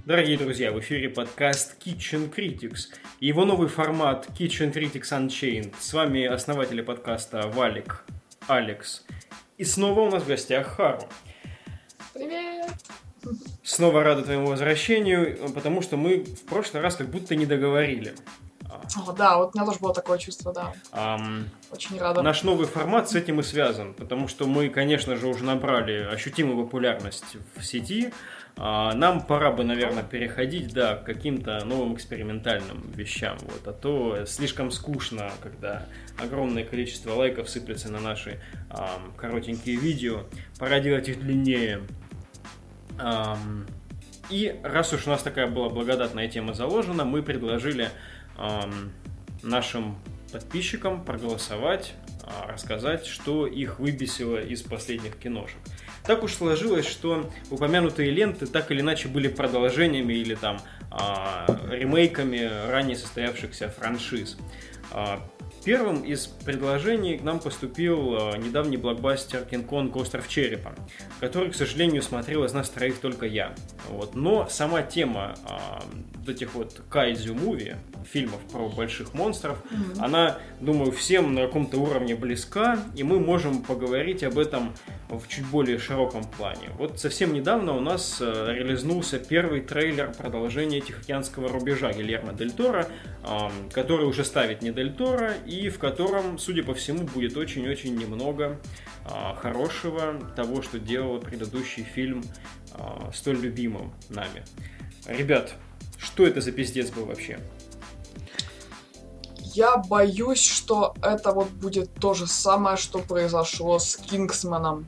Дорогие друзья, в эфире подкаст Kitchen Critics и его новый формат Kitchen Critics Unchained. С вами основатели подкаста Валик, Алекс. И снова у нас в гостях Хару. Привет! Снова рада твоему возвращению, потому что мы в прошлый раз как будто не договорили. О, да, вот у меня тоже было такое чувство, да. Очень рада. Наш новый формат с этим и связан, потому что мы, конечно же, уже набрали ощутимую популярность в сети. Нам пора бы, наверное, переходить, к каким-то новым экспериментальным вещам. А то слишком скучно, когда огромное количество лайков сыплется на наши коротенькие видео. Пора делать их длиннее. И раз уж у нас такая была благодатная тема заложена, мы предложили нашим подписчикам проголосовать, рассказать, что их выбесило из последних киношек. Так уж сложилось, что упомянутые ленты так или иначе были продолжениями или ремейками ранее состоявшихся франшиз. Первым из предложений к нам поступил недавний блокбастер «Кинг-Конг. Остров Черепа», который, к сожалению, смотрел из нас троих только я. Но сама тема этих кайдзю-муви, фильмов про больших монстров, она, думаю, всем на каком-то уровне близка, и мы можем поговорить об этом в чуть более широком плане. Совсем недавно у нас релизнулся первый трейлер продолжения «Тихоокеанского рубежа» Гильермо Дель Торо, который уже ставит не Дель Торо, и в котором, судя по всему, будет очень-очень немного хорошего того, что делал предыдущий фильм столь любимым нами. Ребят, что это за пиздец был вообще? Я боюсь, что это будет то же самое, что произошло с «Кингсманом».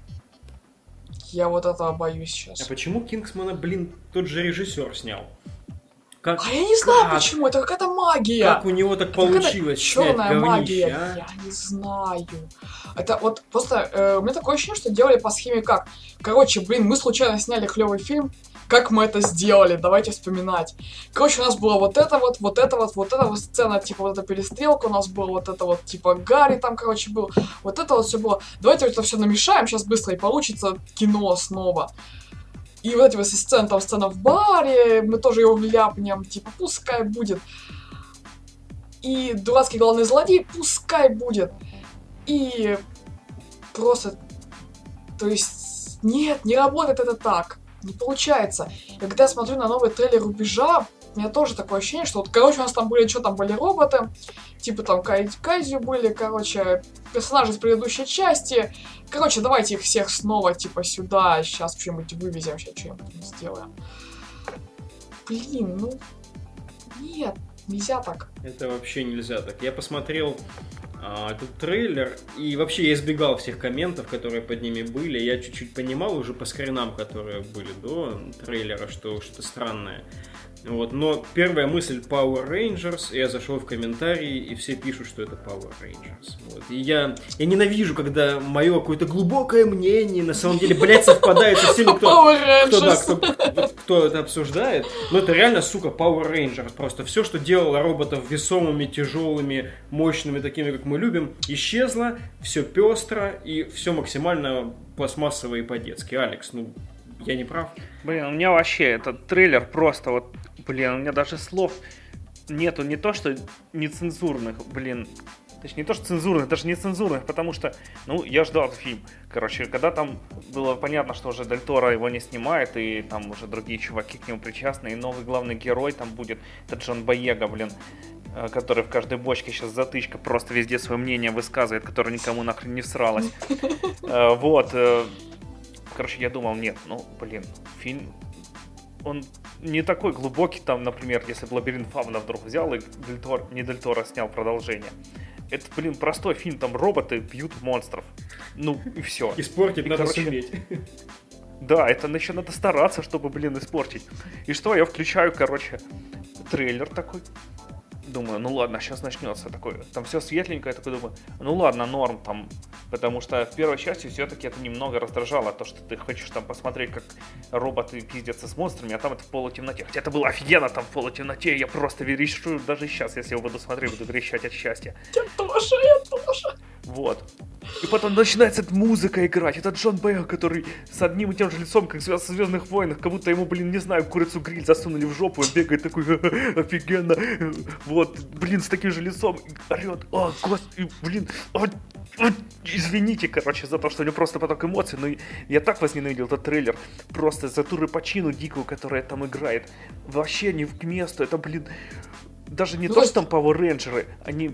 Я этого боюсь сейчас. А почему «Кингсмана», тот же режиссер снял? Я не знаю почему, это какая-то магия. Как у него так получилось снять черная магия, я не знаю. Это просто, у меня такое ощущение, что делали по схеме как. Мы случайно сняли клевый фильм, как мы это сделали, давайте вспоминать. У нас было вот эта сцена, эта перестрелка, у нас было Гарри там, был. Это все было. Давайте это все намешаем сейчас быстро, и получится кино снова. И эти сцены, сцена в баре, мы тоже его вляпнем, пускай будет. И дурацкий главный злодей, пускай будет. И просто, нет, не работает это так, не получается. И когда я смотрю на новый трейлер «Рубежа», у меня тоже такое ощущение, что у нас там были роботы, кайдзю были, персонажи из предыдущей части. Давайте их всех снова, сюда, сейчас что-нибудь вывезем, сейчас что-нибудь сделаем. Нет, нельзя так. Это вообще нельзя так. Я посмотрел этот трейлер, и вообще я избегал всех комментов, которые под ними были. Я чуть-чуть понимал уже по скринам, которые были до трейлера, что что-то странное. Но первая мысль Power Rangers, я зашел в комментарии, и все пишут, что это Power Rangers. И я ненавижу, когда мое какое-то глубокое мнение на самом деле, совпадает со всеми, кто это обсуждает. Но это реально, Power Rangers. Просто все, что делало роботов весомыми, тяжелыми, мощными, такими, как мы любим, исчезло, все пестро и все максимально пластмассово и по-детски. Алекс, я не прав? У меня вообще этот трейлер просто у меня даже слов нету, не то что нецензурных, точнее не то что цензурных, даже нецензурных, потому что, я ждал этот фильм. Когда там было понятно, что уже Дель Торо его не снимает, и там уже другие чуваки к нему причастны, и новый главный герой там будет, это Джон Боега, который в каждой бочке сейчас затычка, просто везде свое мнение высказывает, которое никому нахрен не всралось. Я думал, нет, фильм, он не такой глубокий, например, если бы «Лабиринт Фавна» вдруг взял и не Дель Торо снял продолжение. Это, простой фильм, там роботы бьют монстров. И все. Испортить надо суметь. Да, это еще надо стараться, чтобы, испортить. И что, я включаю, трейлер такой. Думаю, ладно, сейчас начнется такое. Там все светленькое, такой думаю, ладно, норм там. Потому что в первой части все-таки это немного раздражало, то, что ты хочешь там посмотреть, как роботы пиздятся с монстрами, а там это в полутемноте. Хотя это было офигенно там в полутемноте, я просто верещу даже сейчас, если я буду смотреть, буду верещать от счастья. Я тоже. И потом начинается эта музыка играть. Это Джон Бэйр, который с одним и тем же лицом, как в «Звездных войнах», как будто ему, не знаю, курицу-гриль засунули в жопу, он бегает такой, офигенно. Вот, с таким же лицом орет. О, господи, извините, за то, что у него просто поток эмоций, но я так возненавидел этот трейлер. Просто за ту рыпачину дикую, которая там играет. Вообще не к месту. Это, даже не то, что там Power Rangers, они,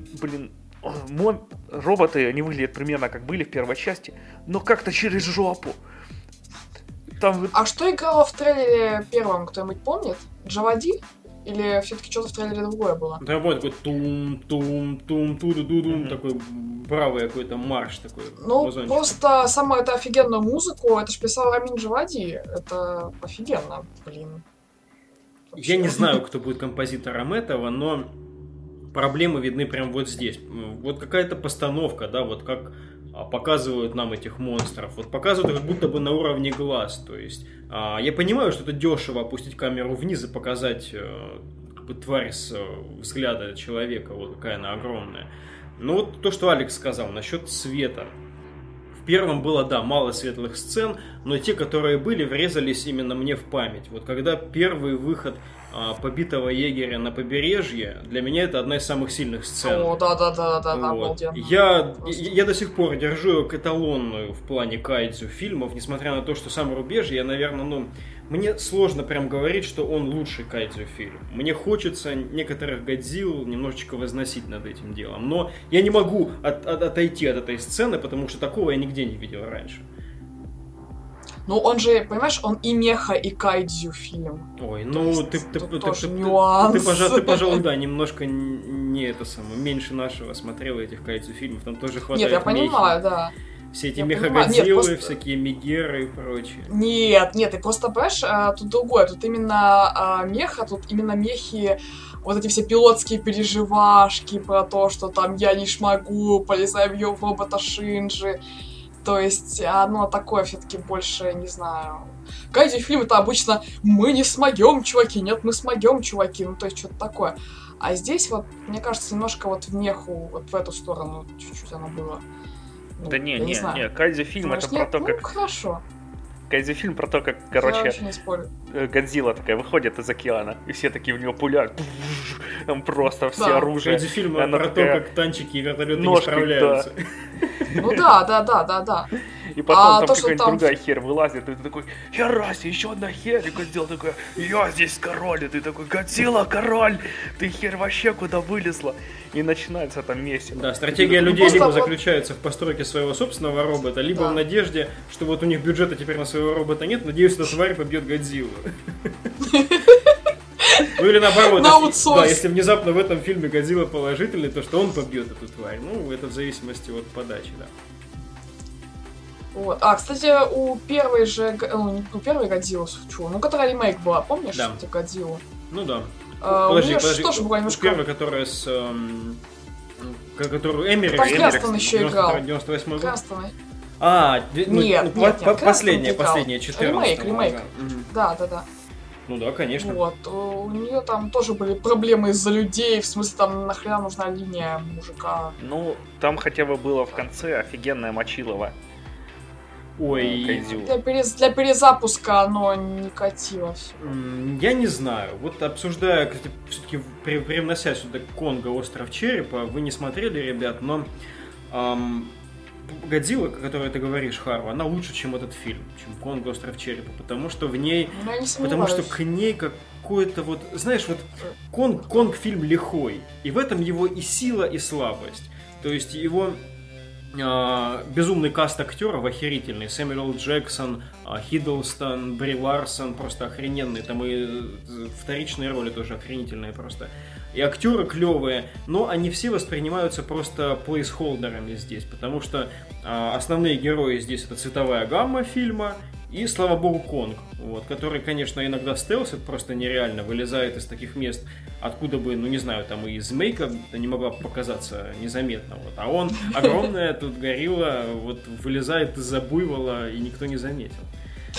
роботы, они выглядят примерно как были в первой части, но как-то через жопу. Там... А что играло в трейлере первом, кто-нибудь помнит? Джавади? Или все-таки что-то в трейлере другое было? Да, я помню, такой тум-тум-тум-ту-ду-ду-дум, такой бравый какой-то марш такой. Ну, вазончик. просто самую эту офигенную музыку, это ж писал Рамин Джавади, это офигенно, Я не знаю, кто будет композитором этого, но проблемы видны прямо вот здесь. Вот какая-то постановка, да, вот как показывают нам этих монстров. Вот показывают как будто бы на уровне глаз. То есть я понимаю, что это дешево опустить камеру вниз и показать тварь с взгляда человека, вот какая она огромная. Но вот то, что Алекс сказал насчет света. В первом было, да, мало светлых сцен, но те, которые были, врезались именно мне в память. Вот когда первый выход побитого егеря на побережье, для меня это одна из самых сильных сцен. О, да, вот. Обалденно. Я до сих пор держу эталонную в плане кайдзю фильмов, несмотря на то, что сам «Рубеж», я, наверное, мне сложно прям говорить, что он лучший кайдзю фильм. Мне хочется некоторых Годзилл немножечко возносить над этим делом, но я не могу отойти от этой сцены, потому что такого я нигде не видел раньше. Ну, он же, понимаешь, он и меха, и кайдзю фильм. Ой, ты, пожалуй, да, немножко не это самое, меньше нашего смотрел этих кайдзю фильмов, там тоже хватает. Нет, я понимаю, да. Все эти меха-годзиллы, всякие мегеры и прочее. Нет, ты просто, понимаешь, тут другое, тут именно меха, тут именно мехи, вот эти все пилотские переживашки про то, что там я не шмогу, полезаю в робота Шинджи. То есть оно такое все-таки больше, не знаю... Кайдзю фильм это обычно «мы не смогем, чуваки», «нет, мы смогем, чуваки», ну то есть что-то такое. А здесь вот, мне кажется, немножко вот в меху, вот в эту сторону чуть-чуть оно было. Да не, Кайдзю фильм это про то, как... хорошо. Кайдзю фильм про то, как, короче, Годзилла такая выходит из океана, и все такие в него пуляют. Там просто все оружие. Кайдзю фильм про то, как танчики и вертолеты не справляются. Ну да. И потом там какая-нибудь другая херь вылазит, и ты такой, хераси, еще одна херь, и Годзилла такой, я здесь король, и ты такой, Годзилла, король, ты херь вообще куда вылезла? И начинается там месиво. Да, стратегия людей либо заключается в постройке своего собственного робота, либо в надежде, что вот у них бюджета теперь на своего робота нет, надеюсь, эта тварь побьет Годзиллу. Ну или наоборот, если внезапно в этом фильме Годзилла положительный, то что он побьет эту тварь. Ну, это в зависимости от подачи, да. Вот. Кстати, у первой Годзиллы, которая ремейк была, помнишь, да. Годзиллу? Ну да. Подожди. Тоже была немножко... Первая, которая которую Эмерик... Там Крастон еще играл. 98 год. Крастон. Нет, последняя, 14. Ремейк. Да. Ну да, конечно. Вот, у нее там тоже были проблемы из-за людей, в смысле, там нахрена нужна линия мужика. Ну, там хотя бы было в конце офигенное Мочилово. Ой, для перезапуска оно не катило все. Я не знаю. Вот обсуждая, кстати, все-таки привнося сюда Конга «Остров черепа», вы не смотрели, ребят, но Годзилла, о которой ты говоришь, Харва, она лучше, чем этот фильм, чем Конг «Остров черепа», потому что в ней, потому что к ней какой-то вот, знаешь, вот Конг фильм лихой, и в этом его и сила, и слабость. То есть его безумный каст актеров охерительный. Сэмюэл Джексон, Хиддлстон, Бри Ларсон просто охрененные. Там и вторичные роли тоже охренительные просто. И актеры клевые, но они все воспринимаются просто плейсхолдерами здесь, потому что основные герои здесь это цветовая гамма фильма и, слава богу, Конг, вот, который, конечно, иногда стелсит просто нереально, вылезает из таких мест, откуда бы, ну не знаю, там и из мейка не могла показаться незаметно, вот, а он огромная тут горилла, вот, вылезает из-за буйвола и никто не заметил.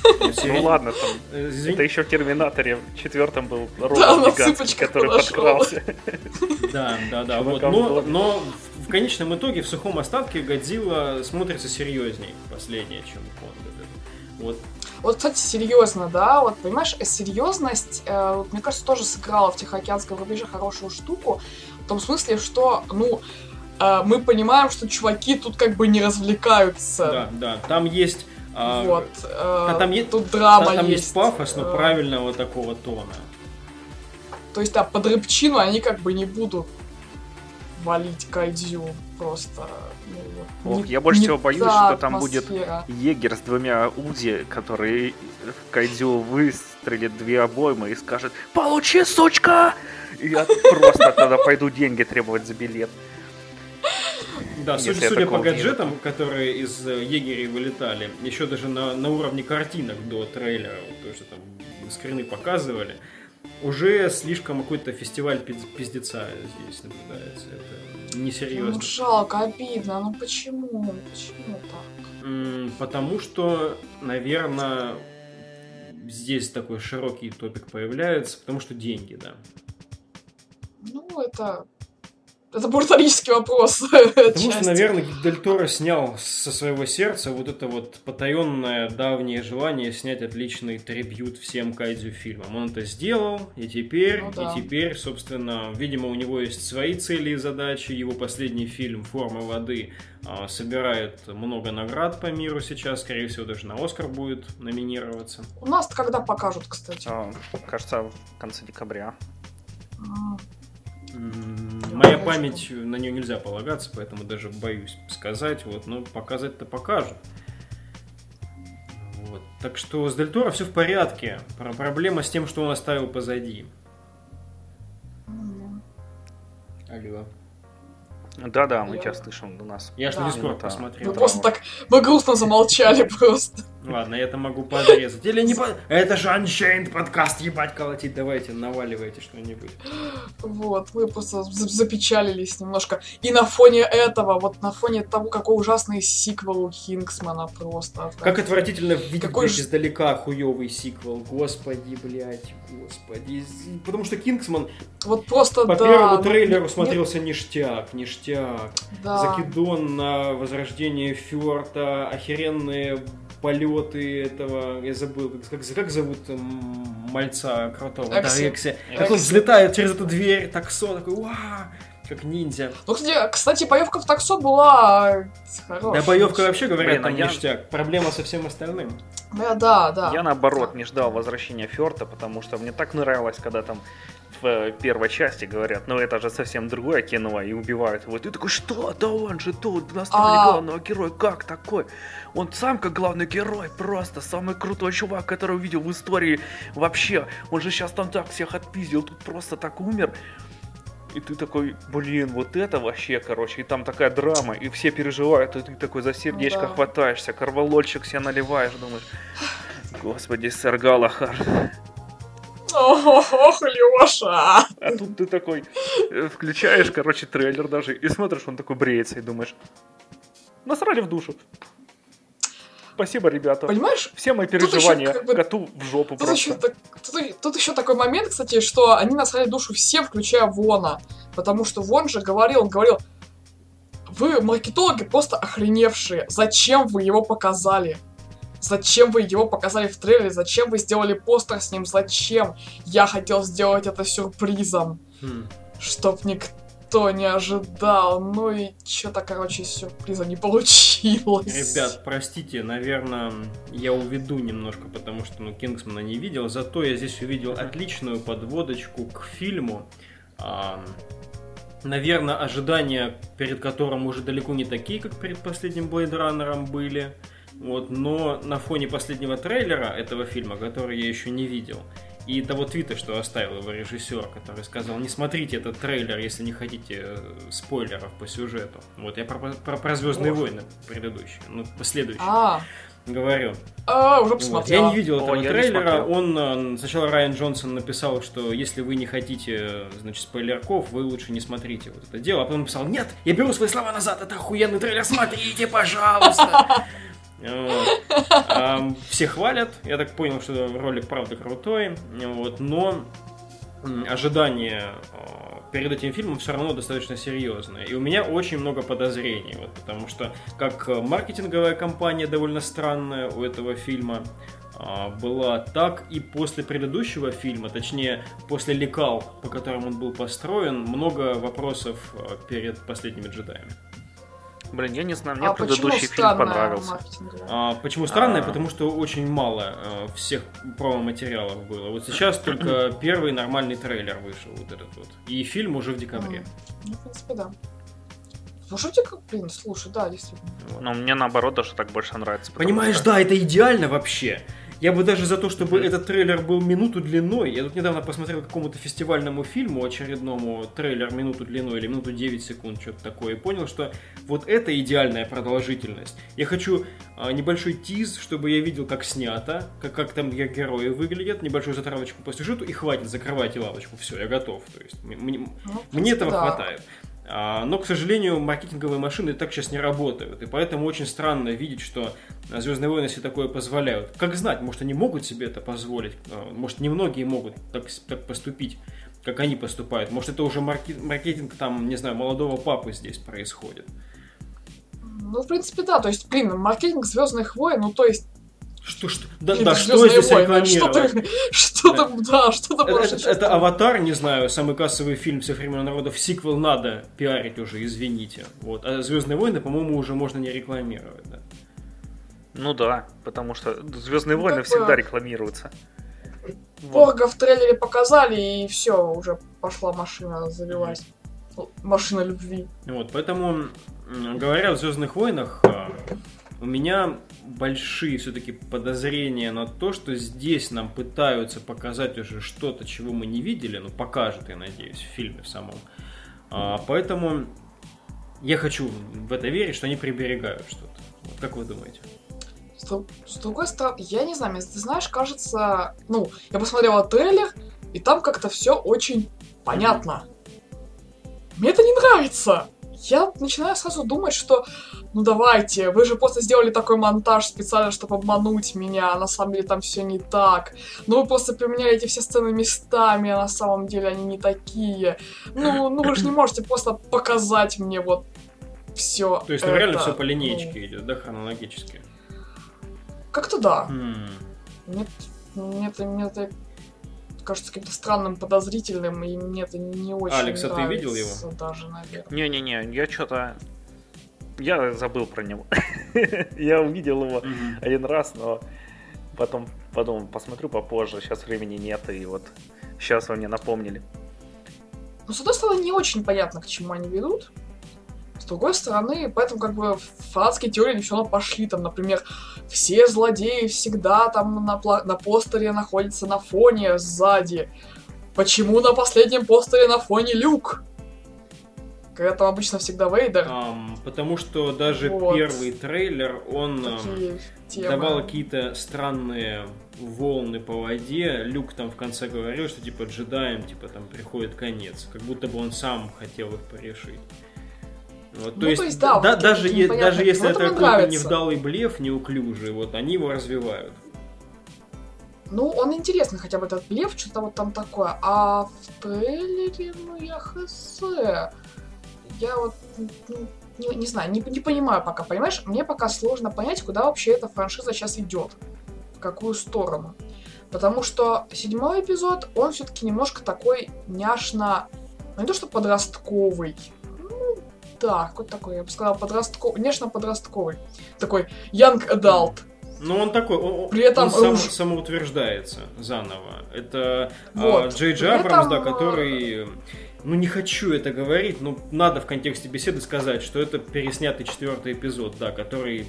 Ну ладно, там, это еще в Терминаторе 4 был робот гигантский, который подкрался. Да. Но в конечном итоге, в сухом остатке, Годзилла смотрится серьезней последнее, чем Конг. Вот, кстати, серьезно, да, вот, понимаешь, серьезность, мне кажется, тоже сыграла в Тихоокеанском рубеже хорошую штуку, в том смысле, что, мы понимаем, что чуваки тут как бы не развлекаются. Да, там есть... тут драма там есть пафос, но правильного такого тона. То есть, да, под рыбчину они как бы не будут валить кайдзю просто. Я больше всего боюсь, что там будет егерь с 2 УЗИ, который в кайдзю выстрелит 2 обоймы и скажет: «Получи, сучка!» И я просто тогда пойду деньги требовать за билет. Да, судя по гаджетам, которые из егерей вылетали, еще даже на уровне картинок до трейлера, то, что там скрины показывали, уже слишком какой-то фестиваль пиздеца здесь наблюдается. Это несерьезно. Жалко, обидно. Почему? Почему так? Потому что, наверное, здесь такой широкий топик появляется, потому что деньги, да. Это бурталический вопрос. Потому что, наверное, Дель Торо снял со своего сердца вот это вот потаенное давнее желание снять отличный трибьют всем кайдзю фильмам. Он это сделал, и теперь, собственно, видимо, у него есть свои цели и задачи. Его последний фильм «Форма воды» собирает много наград по миру сейчас. Скорее всего, даже на Оскар будет номинироваться. У нас-то когда покажут, кстати? Кажется, в конце декабря. Моя память, на нее нельзя полагаться, поэтому даже боюсь сказать, но показать-то покажут. Так что с Дель Торо все в порядке. Проблема с тем, что он оставил позади. Алло. Да, мы тебя слышим, у нас. Я ж на Дискорд посмотрел. Мы грустно замолчали просто. Ладно, я это могу подрезать. Или не Это же Unchained подкаст, ебать колотить. Давайте, наваливайте что-нибудь. Мы просто запечалились немножко. И на фоне этого, на фоне того, какой ужасный сиквел у Кингсмана просто. Как отвратительно видеть издалека хуёвый сиквел. Господи. Потому что Кингсман просто по первому трейлеру смотрелся ништяк. Да. Закидон на возрождение Фёрта, охеренные полеты этого, я забыл, как зовут мальца крутого, Экси. Как он взлетает через эту дверь, таксо, такой, вау, как ниндзя. Кстати, боевка в таксо была хорошая. Да, боевка вообще, говорят, там ништяк. Проблема со всем остальным. Да. Я, наоборот, не ждал возвращения Фёрта, потому что мне так нравилось, когда там в первой части говорят, это же совсем другое кино, и убивают его. Ты такой, что? Да он же тут, наставили главного героя, как такой? Он сам как главный герой, просто самый крутой чувак, который увидел в истории вообще. Он же сейчас там так всех отпиздил, тут просто так умер. И ты такой, вот это вообще, и там такая драма, и все переживают, и ты такой за сердечко хватаешься, корвалольчик себе наливаешь, думаешь, господи, сэр Галахар. Ох, Леша! А тут ты такой, включаешь, трейлер даже, и смотришь, он такой бреется, и думаешь, насрали в душу. Спасибо, ребята. Понимаешь? Все мои переживания коту в жопу просто. Тут еще такой момент, кстати, что они насрали душу всем, включая Вона. Потому что Вон же говорил, вы, маркетологи, просто охреневшие. Зачем вы его показали? Зачем вы его показали в трейлере? Зачем вы сделали постер с ним? Зачем? Я хотел сделать это сюрпризом. Чтоб никто не ожидал. И что-то, сюрприза не получилось. Ребят, простите, наверное, я уведу немножко, потому что, Кингсмана не видел. Зато я здесь увидел отличную подводочку к фильму. Наверное, ожидания, перед которым уже далеко не такие, как перед последним Blade Runner'ом были. Но на фоне последнего трейлера этого фильма, который я еще не видел, и того твита, что оставил его режиссер, который сказал, не смотрите этот трейлер, если не хотите спойлеров по сюжету. Я про «Звездные войны» предыдущие, последующие говорю. Уже посмотрел. Я не видел этого трейлера. Он сначала Райан Джонсон написал, что если вы не хотите, спойлерков, вы лучше не смотрите это дело. А потом написал, нет, я беру свои слова назад, это охуенный трейлер, смотрите, пожалуйста. Все хвалят, я так понял, что ролик правда крутой, вот, но ожидания перед этим фильмом все равно достаточно серьезные. И у меня очень много подозрений, вот, потому что как маркетинговая кампания довольно странная у этого фильма была, так и после предыдущего фильма, точнее, после лекал, по которым он был построен, много вопросов перед «Последними джедаями». Блин, я не знаю, мне предыдущий фильм понравился. Почему странное? Потому что очень мало всех промо-материалов было. Вот сейчас только первый нормальный трейлер вышел, вот этот вот. И фильм уже в декабре. Ну, в принципе, да. Слушай, да, действительно. Но мне наоборот даже так больше нравится. Понимаешь, да, это идеально вообще. Я бы даже за то, чтобы этот трейлер был минуту длиной. Я тут недавно посмотрел какому-то фестивальному фильму очередному трейлер минуту длиной или минуту 9 секунд, что-то такое, и понял, что вот это идеальная продолжительность. Я хочу небольшой тиз, чтобы я видел, как снято, как там герои выглядят, небольшую затравочку по сюжету, и хватит, закрывайте лавочку, все, я готов. То есть мне этого хватает. Но, к сожалению, маркетинговые машины так сейчас не работают. И поэтому очень странно видеть, что «Звездные войны» себе такое позволяют. Как знать, может, они могут себе это позволить. Может, немногие могут так поступить, как они поступают. Может, это уже маркетинг, там, не знаю, молодого папы здесь происходит. Ну, в принципе, да. То есть, маркетинг «Звездных войн», ну, то есть... Что здесь рекламировать? Что-то больше. Это «Аватар», не знаю, самый кассовый фильм всех времен народов, сиквел надо пиарить уже, извините. Вот. А «Звездные войны», по-моему, уже можно не рекламировать, да. Ну да, потому что «Звездные войны» всегда рекламируются. Порга в трейлере показали, и все, уже пошла машина, завелась. Машина любви. Вот, поэтому, говоря о «Звездных войнах», у меня большие все-таки подозрения на то, что здесь нам пытаются показать уже что-то, чего мы не видели, но покажут, я надеюсь, в фильме в самом. Поэтому я хочу в это верить, что они приберегают что-то. Вот, как вы думаете? С другой стороны, я не знаю, ты знаешь, кажется... Ну, я посмотрела трейлер, и там как-то все очень понятно. Мне это не нравится. Я начинаю сразу думать, что ну давайте, вы же просто сделали такой монтаж специально, чтобы обмануть меня, а на самом деле там все не так. Ну вы просто поменяли эти все сцены местами, а на самом деле они не такие. Ну вы же не можете просто показать мне вот все. То есть, ну реально все по линеечке идет, да, хронологически? Как-то да. Мне это кажется каким-то странным, подозрительным, и мне это не очень Алекс, нравится. А ты видел его? Даже, наверное. Не-не-не, я забыл про него. Я увидел его один раз, но потом подумал, посмотрю попозже, сейчас времени нет, и вот сейчас вы мне напомнили. Ну, с одной стороны, не очень понятно, к чему они ведут. С другой стороны, поэтому как бы фанатские теории все равно пошли. Там, например, все злодеи всегда там на постере находятся на фоне сзади. Почему на последнем постере на фоне Люк? Когда там обычно всегда Вейдер. Потому что даже первый трейлер, он давал какие-то странные волны по воде. Люк там в конце говорил, что типа джедаям типа там приходит конец. Как будто бы он сам хотел их порешить. Вот, то есть да, даже если это какой-то невдалый блеф, неуклюжий, вот они его развивают. Ну, он интересный, хотя бы этот блеф, что-то вот там такое. А в трейлере, ну я хз. Я вот не знаю, не понимаю пока, понимаешь? Мне пока сложно понять, куда вообще эта франшиза сейчас идет. В какую сторону. Потому что 7-й эпизод, он все-таки немножко такой няшно, ну не то что подростковый. Да, какой-то такой, я бы сказала, нежно-подростковый. Такой young adult. Ну, он такой, при этом он самоутверждается заново. Это Джей Джей Абрамс, да, который... Ну, не хочу это говорить, но надо в контексте беседы сказать, что это переснятый 4-й эпизод, да, который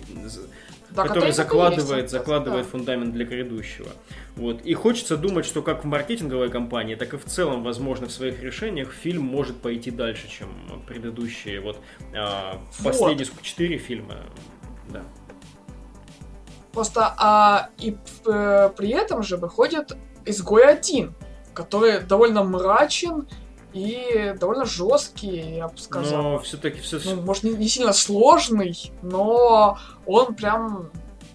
закладывает фундамент для грядущего. Вот. И хочется думать, что как в маркетинговой кампании, так и в целом, возможно, в своих решениях фильм может пойти дальше, чем предыдущие. Последние 4 фильма. Да. Просто при этом же выходит «Изгой 1», который довольно мрачен и довольно жесткий, я бы сказал. Но все-таки... Ну, может, не сильно сложный, но он прям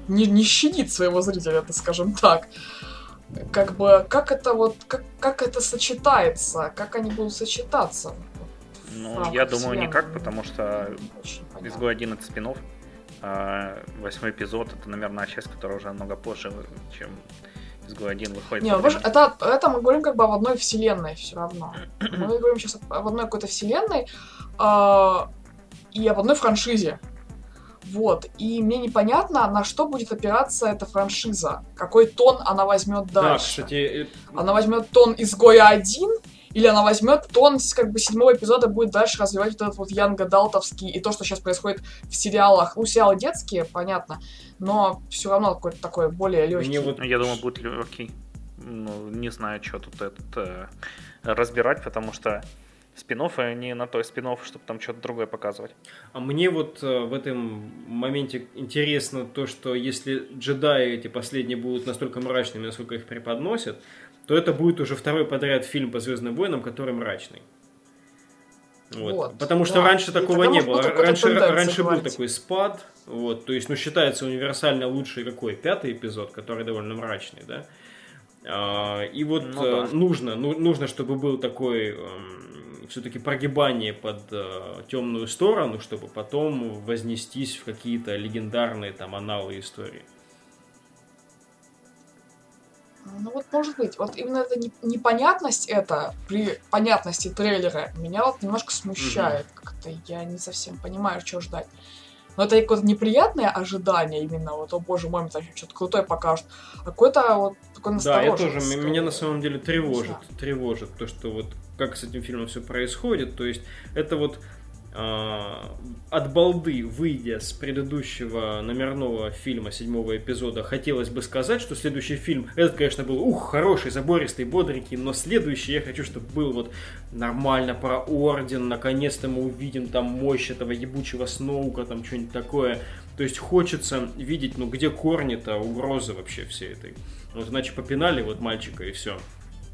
не щадит своего зрителя, это скажем так. Как бы, как это сочетается, как они будут сочетаться? Ну, я думаю, никак, потому что «Изгой 11» спин-офф, а 8-й эпизод — это номерная часть, которая уже намного позже, чем «Изгой 1» выходит. Не, это мы говорим как бы об одной вселенной все равно. Мы говорим сейчас об одной какой-то вселенной и об одной франшизе. Вот. И мне непонятно, на что будет опираться эта франшиза. Какой тон она возьмет дальше. Да, кстати... Она возьмет тон «Изгоя 1», или она возьмет тон, как бы, 7-го эпизода, будет дальше развивать вот этот вот Янг Адалтовский и то, что сейчас происходит в сериалах. Ну, сериалы детские, понятно, но все равно какой-то такой более легкий. Я думаю, будет легкий. Ну, не знаю, что тут разбирать, потому что спин-оффы не на той спин-офф, чтобы там что-то другое показывать. А мне вот в этом моменте интересно то, что если джедаи эти последние будут настолько мрачными, насколько их преподносят, то это будет уже второй подряд фильм по «Звездным войнам», который мрачный. Вот. Потому что раньше такого не было. Раньше был такой спад. Вот. То есть, считается универсально лучший какой? 5-й эпизод, который довольно мрачный, да? И вот нужно, чтобы был такой все-таки прогибание под темную сторону, чтобы потом вознестись в какие-то легендарные там аналы истории. Ну вот может быть, вот именно эта непонятность при понятности трейлера меня вот немножко смущает. Как-то я не совсем понимаю, что ждать. Но это какое-то неприятное ожидание именно, вот, о боже мой, там что-то крутое покажут. А какое-то вот такое настороженность. Да, я тоже, меня на самом деле тревожит то, что вот как с этим фильмом все происходит. То есть это вот от балды, выйдя с предыдущего номерного фильма 7-го эпизода, хотелось бы сказать, что следующий фильм, этот, конечно, был хороший, забористый, бодренький, но следующий я хочу, чтобы был вот нормально про Орден, наконец-то мы увидим там мощь этого ебучего Сноука, там что-нибудь такое. То есть хочется видеть, где корни-то угрозы вообще всей этой. Вот иначе попинали вот мальчика и все.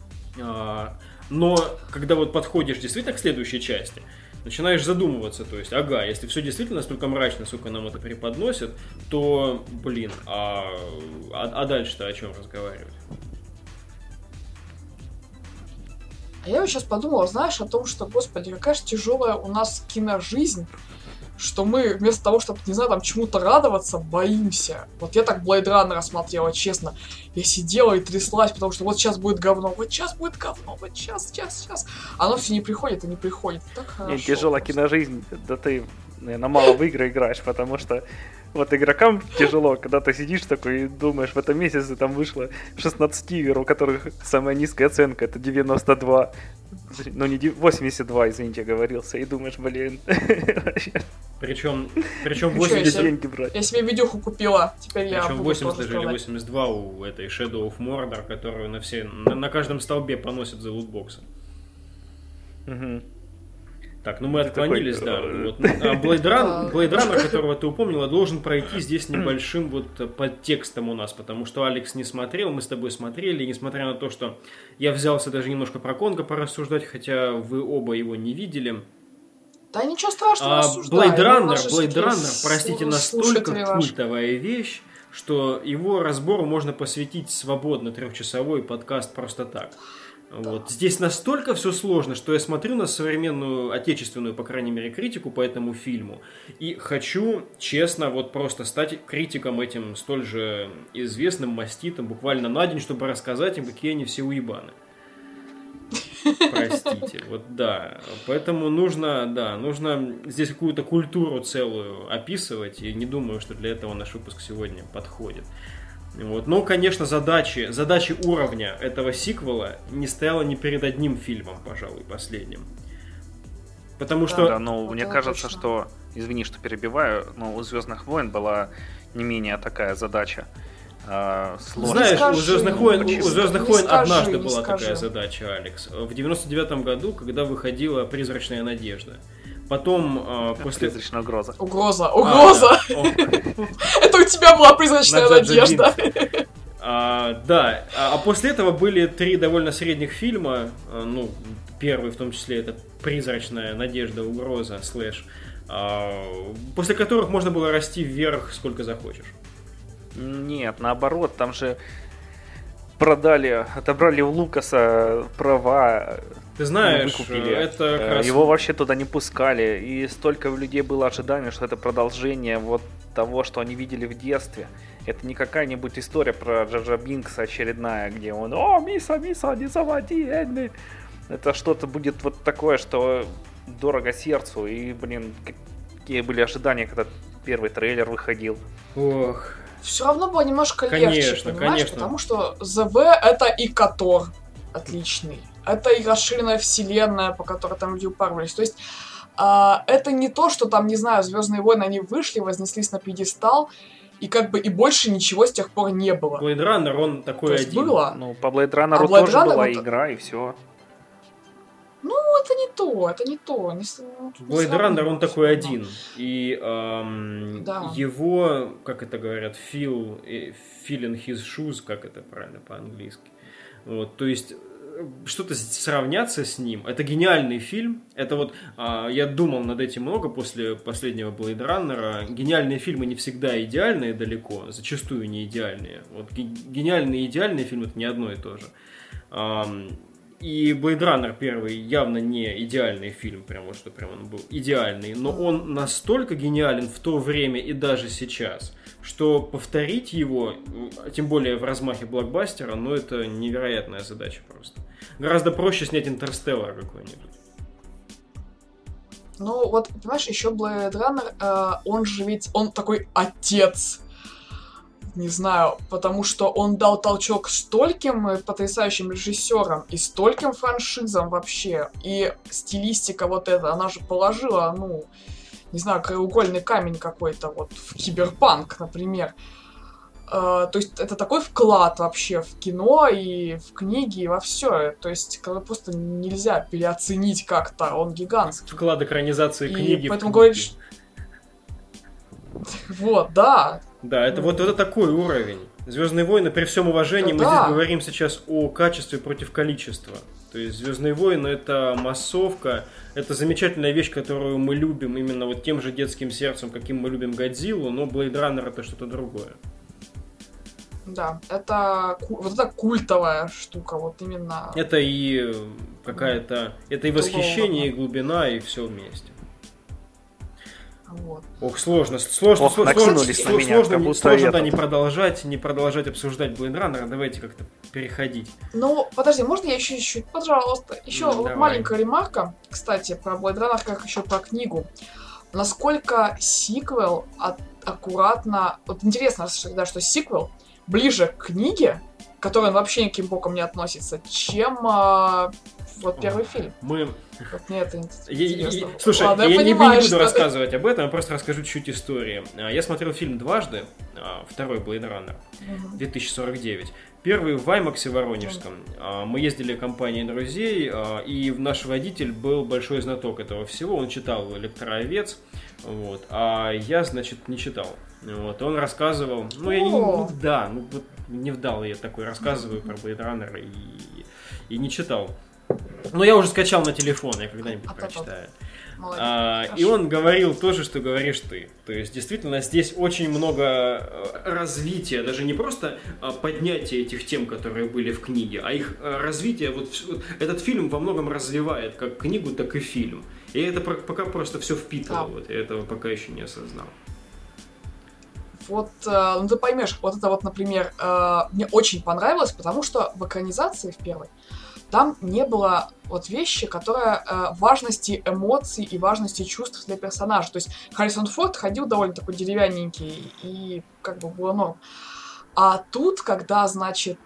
Но когда вот подходишь действительно к следующей части, начинаешь задумываться, то есть, если все действительно настолько мрачно, сколько нам это преподносят, то, а дальше-то о чем разговаривать? А я вот сейчас подумала, знаешь, о том, что, господи, какая же тяжелая у нас киножизнь, что мы вместо того, чтобы, не знаю, там чему-то радоваться, боимся. Вот я так Blade Runner смотрела, честно. Я сидела и тряслась, потому что вот сейчас будет говно, вот сейчас будет говно, вот сейчас. Оно все не приходит и не приходит. Так хорошо. Не, тяжелая киножизнь, да ты, наверное, мало в игры играешь, потому что вот игрокам тяжело, когда ты сидишь такой и думаешь, в этом месяце там вышло 16 игр, у которых самая низкая оценка это 92. Ну, не 82, извините, оговорился. И думаешь, блин. Причем 80 деньги брать. Я себе видюху купила. Теперь я буду 80 даже или 82 у этой Shadow of Mordor, которую на каждом столбе поносят за лутбоксы. Угу. Так, мы отклонились, да. Вот. Blade Runner, которого ты упомнила, должен пройти здесь небольшим вот подтекстом у нас, потому что Алекс не смотрел, мы с тобой смотрели, и несмотря на то, что я взялся даже немножко про Конга порассуждать, хотя вы оба его не видели. Да ничего страшного, рассуждай. Blade Runner, простите, настолько культовая вещь, что его разбору можно посвятить свободно 3-часовой подкаст просто так. Вот. Здесь настолько все сложно, что я смотрю на современную, отечественную, по крайней мере, критику по этому фильму и хочу, честно, вот просто стать критиком этим столь же известным, маститым, буквально на день, чтобы рассказать им, какие они все уебаны. Простите, вот да. Поэтому нужно здесь какую-то культуру целую описывать, и не думаю, что для этого наш выпуск сегодня подходит. Вот. Но, конечно, задачи уровня этого сиквела не стояло ни перед одним фильмом, пожалуй, последним. Потому что... Да, но мне кажется, что... Извини, что перебиваю, но у «Звездных войн» была не менее такая задача. Знаешь, у «Звездных войн» однажды была такая задача, Алекс. В 99-м году, когда выходила «Призрачная надежда». Потом после... Призрачная угроза. Угроза! Это у тебя была призрачная надежда. Да, а после этого были 3 довольно средних фильма. Первый в том числе это «Призрачная надежда, угроза, слэш», после которых можно было расти вверх сколько захочешь. Нет, наоборот, там же отобрали у Лукаса права. Ты знаешь, выкупили. это как раз... Его вообще туда не пускали. И столько у людей было ожидания, что это продолжение вот того, что они видели в детстве. Это не какая-нибудь история про Джаджа Бинкса очередная, где он «О, Миса, не заводи, Энни!» Это что-то будет вот такое, что дорого сердцу. И, блин, какие были ожидания, когда первый трейлер выходил. Ох... Все равно было немножко легче, понимаешь? Конечно. Потому что ЗВ это и Котор отличный. Это и расширенная вселенная, по которой там люди упарывались. То есть это не то, что там, не знаю, Звездные войны, они вышли, вознеслись на пьедестал, и как бы и больше ничего с тех пор не было. Blade Runner, он такой один. было. Ну, по Blade Runner тоже была игра, и все. Ну, это не то. Blade Runner, он такой один. И его, как это говорят, feel in his shoes, как это правильно по-английски. Вот, то есть, что-то сравняться с ним. Это гениальный фильм. Это вот, я думал над этим много после последнего Blade Runner. Гениальные фильмы не всегда идеальные далеко, зачастую не идеальные. Вот гениальный и идеальный фильм — это не одно и то же. И Blade Runner первый явно не идеальный фильм, прям вот что прям он был идеальный, но он настолько гениален в то время и даже сейчас, что повторить его, тем более в размахе блокбастера, ну это невероятная задача просто. Гораздо проще снять «Интерстеллар» какой-нибудь. Ну вот, понимаешь, еще Blade Runner, он такой отец. Не знаю, потому что он дал толчок стольким потрясающим режиссерам и стольким франшизам вообще. И стилистика вот эта, она же положила, ну, не знаю, краеугольный камень какой-то вот в киберпанк, например. То есть это такой вклад вообще в кино и в книги, и во все. То есть просто нельзя переоценить как-то, он гигантский. Вклад экранизации книги. И поэтому говоришь... Вот, да. Да, это вот это такой уровень. «Звездные войны», при всем уважении, мы здесь говорим сейчас о качестве против количества. То есть «Звездные войны» — это массовка, это замечательная вещь, которую мы любим именно вот тем же детским сердцем, каким мы любим «Годзиллу», но «Blade Runner» — это что-то другое. Да, это культовая штука, вот именно. Это и какая-то, это и восхищение, и глубина, и все вместе. Вот. Ох, сложно да, не продолжать обсуждать Blade Runner. Давайте как-то переходить. Ну, подожди, можно я еще чуть-чуть, пожалуйста? Еще вот маленькая ремарка, кстати, про Blade Runner, как еще про книгу. Насколько сиквел аккуратно... Вот интересно, да, что сиквел ближе к книге, к которой он вообще никаким боком не относится, чем вот первый фильм. Вот мне это интересно. Слушай, ладно, я не понимаю, буду рассказывать об этом, я просто расскажу чуть-чуть истории. Я смотрел фильм дважды, второй Blade Runner, 2049. Первый в IMAX Воронежском. Мы ездили компанией друзей, и наш водитель был большой знаток этого всего. Он читал «Электроовец», вот, а я, значит, не читал. Вот, он рассказывал, не вдал я такой, рассказываю про Blade Runner и не читал. Но я уже скачал на телефон, я когда-нибудь прочитаю. И он говорил то же, что говоришь ты. То есть, действительно, здесь очень много развития, даже не просто поднятия этих тем, которые были в книге, а их развитие. Вот этот фильм во многом развивает как книгу, так и фильм. И это пока просто все впитывал, вот, я этого пока еще не осознал. Вот, ну ты поймешь, вот это вот, например, мне очень понравилось, потому что в экранизации в первой там не было вот вещи, которые важности эмоций и важности чувств для персонажа. То есть Харрисон Форд ходил довольно такой деревянненький, и как бы было норм. А тут, когда, значит,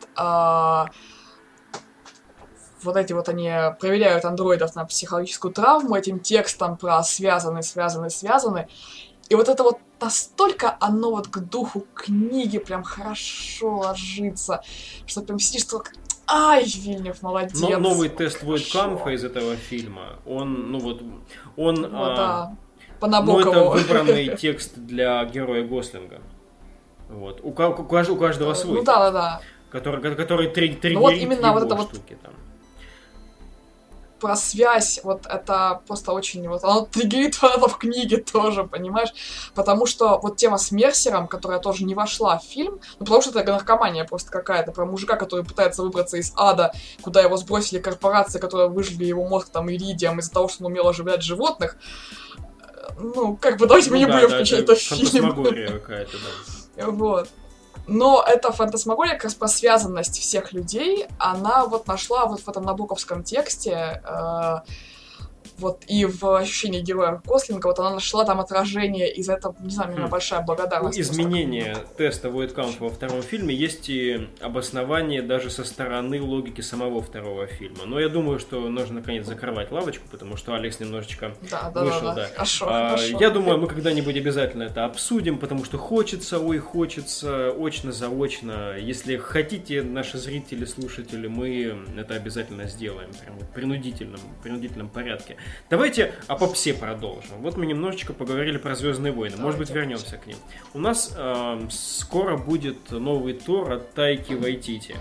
вот эти вот они проверяют андроидов на психологическую травму этим текстом про связаны, и вот это вот настолько оно вот к духу книги прям хорошо ложится, что прям сидишь только... Ай, Вильнев, молодец. Но новый тест Войд Камфа из этого фильма, он по Набокову. Это выбранный текст для героя Гослинга. Вот. У каждого свой. Ну да. Который триггерит вот именно его вот это штуки там. про связь, вот это просто очень, вот, оно триггерит фанатов книги тоже, понимаешь? Потому что вот тема с Мерсером, которая тоже не вошла в фильм, ну, потому что это наркомания просто какая-то, про мужика, который пытается выбраться из ада, куда его сбросили корпорации, которые выжгли его мозг там иридием из-за того, что он умел оживлять животных. Ну, как бы, давайте мы не будем включать это в фильм. Фантасмагория какая-то, да. Вот. Но эта фантасмагория, как раз про связанность всех людей, она вот нашла вот в этом набоковском тексте, вот и в ощущении героя Гослинга, вот она нашла там отражение, и за это, не знаю, у меня большая благодарность. Изменение теста Войткампа во втором фильме есть и обоснование даже со стороны логики самого второго фильма. Но я думаю, что нужно наконец закрывать лавочку, потому что Алекс немножечко вышел. Да. Хорошо. Я думаю, мы когда-нибудь обязательно это обсудим, потому что хочется, очно-заочно. Если хотите, наши зрители, слушатели, мы это обязательно сделаем. Прям в принудительном порядке. Давайте о попсе продолжим. Вот мы немножечко поговорили про «Звездные войны». Может быть, вернемся к ним. У нас скоро будет новый Тор от Тайки Вайтити.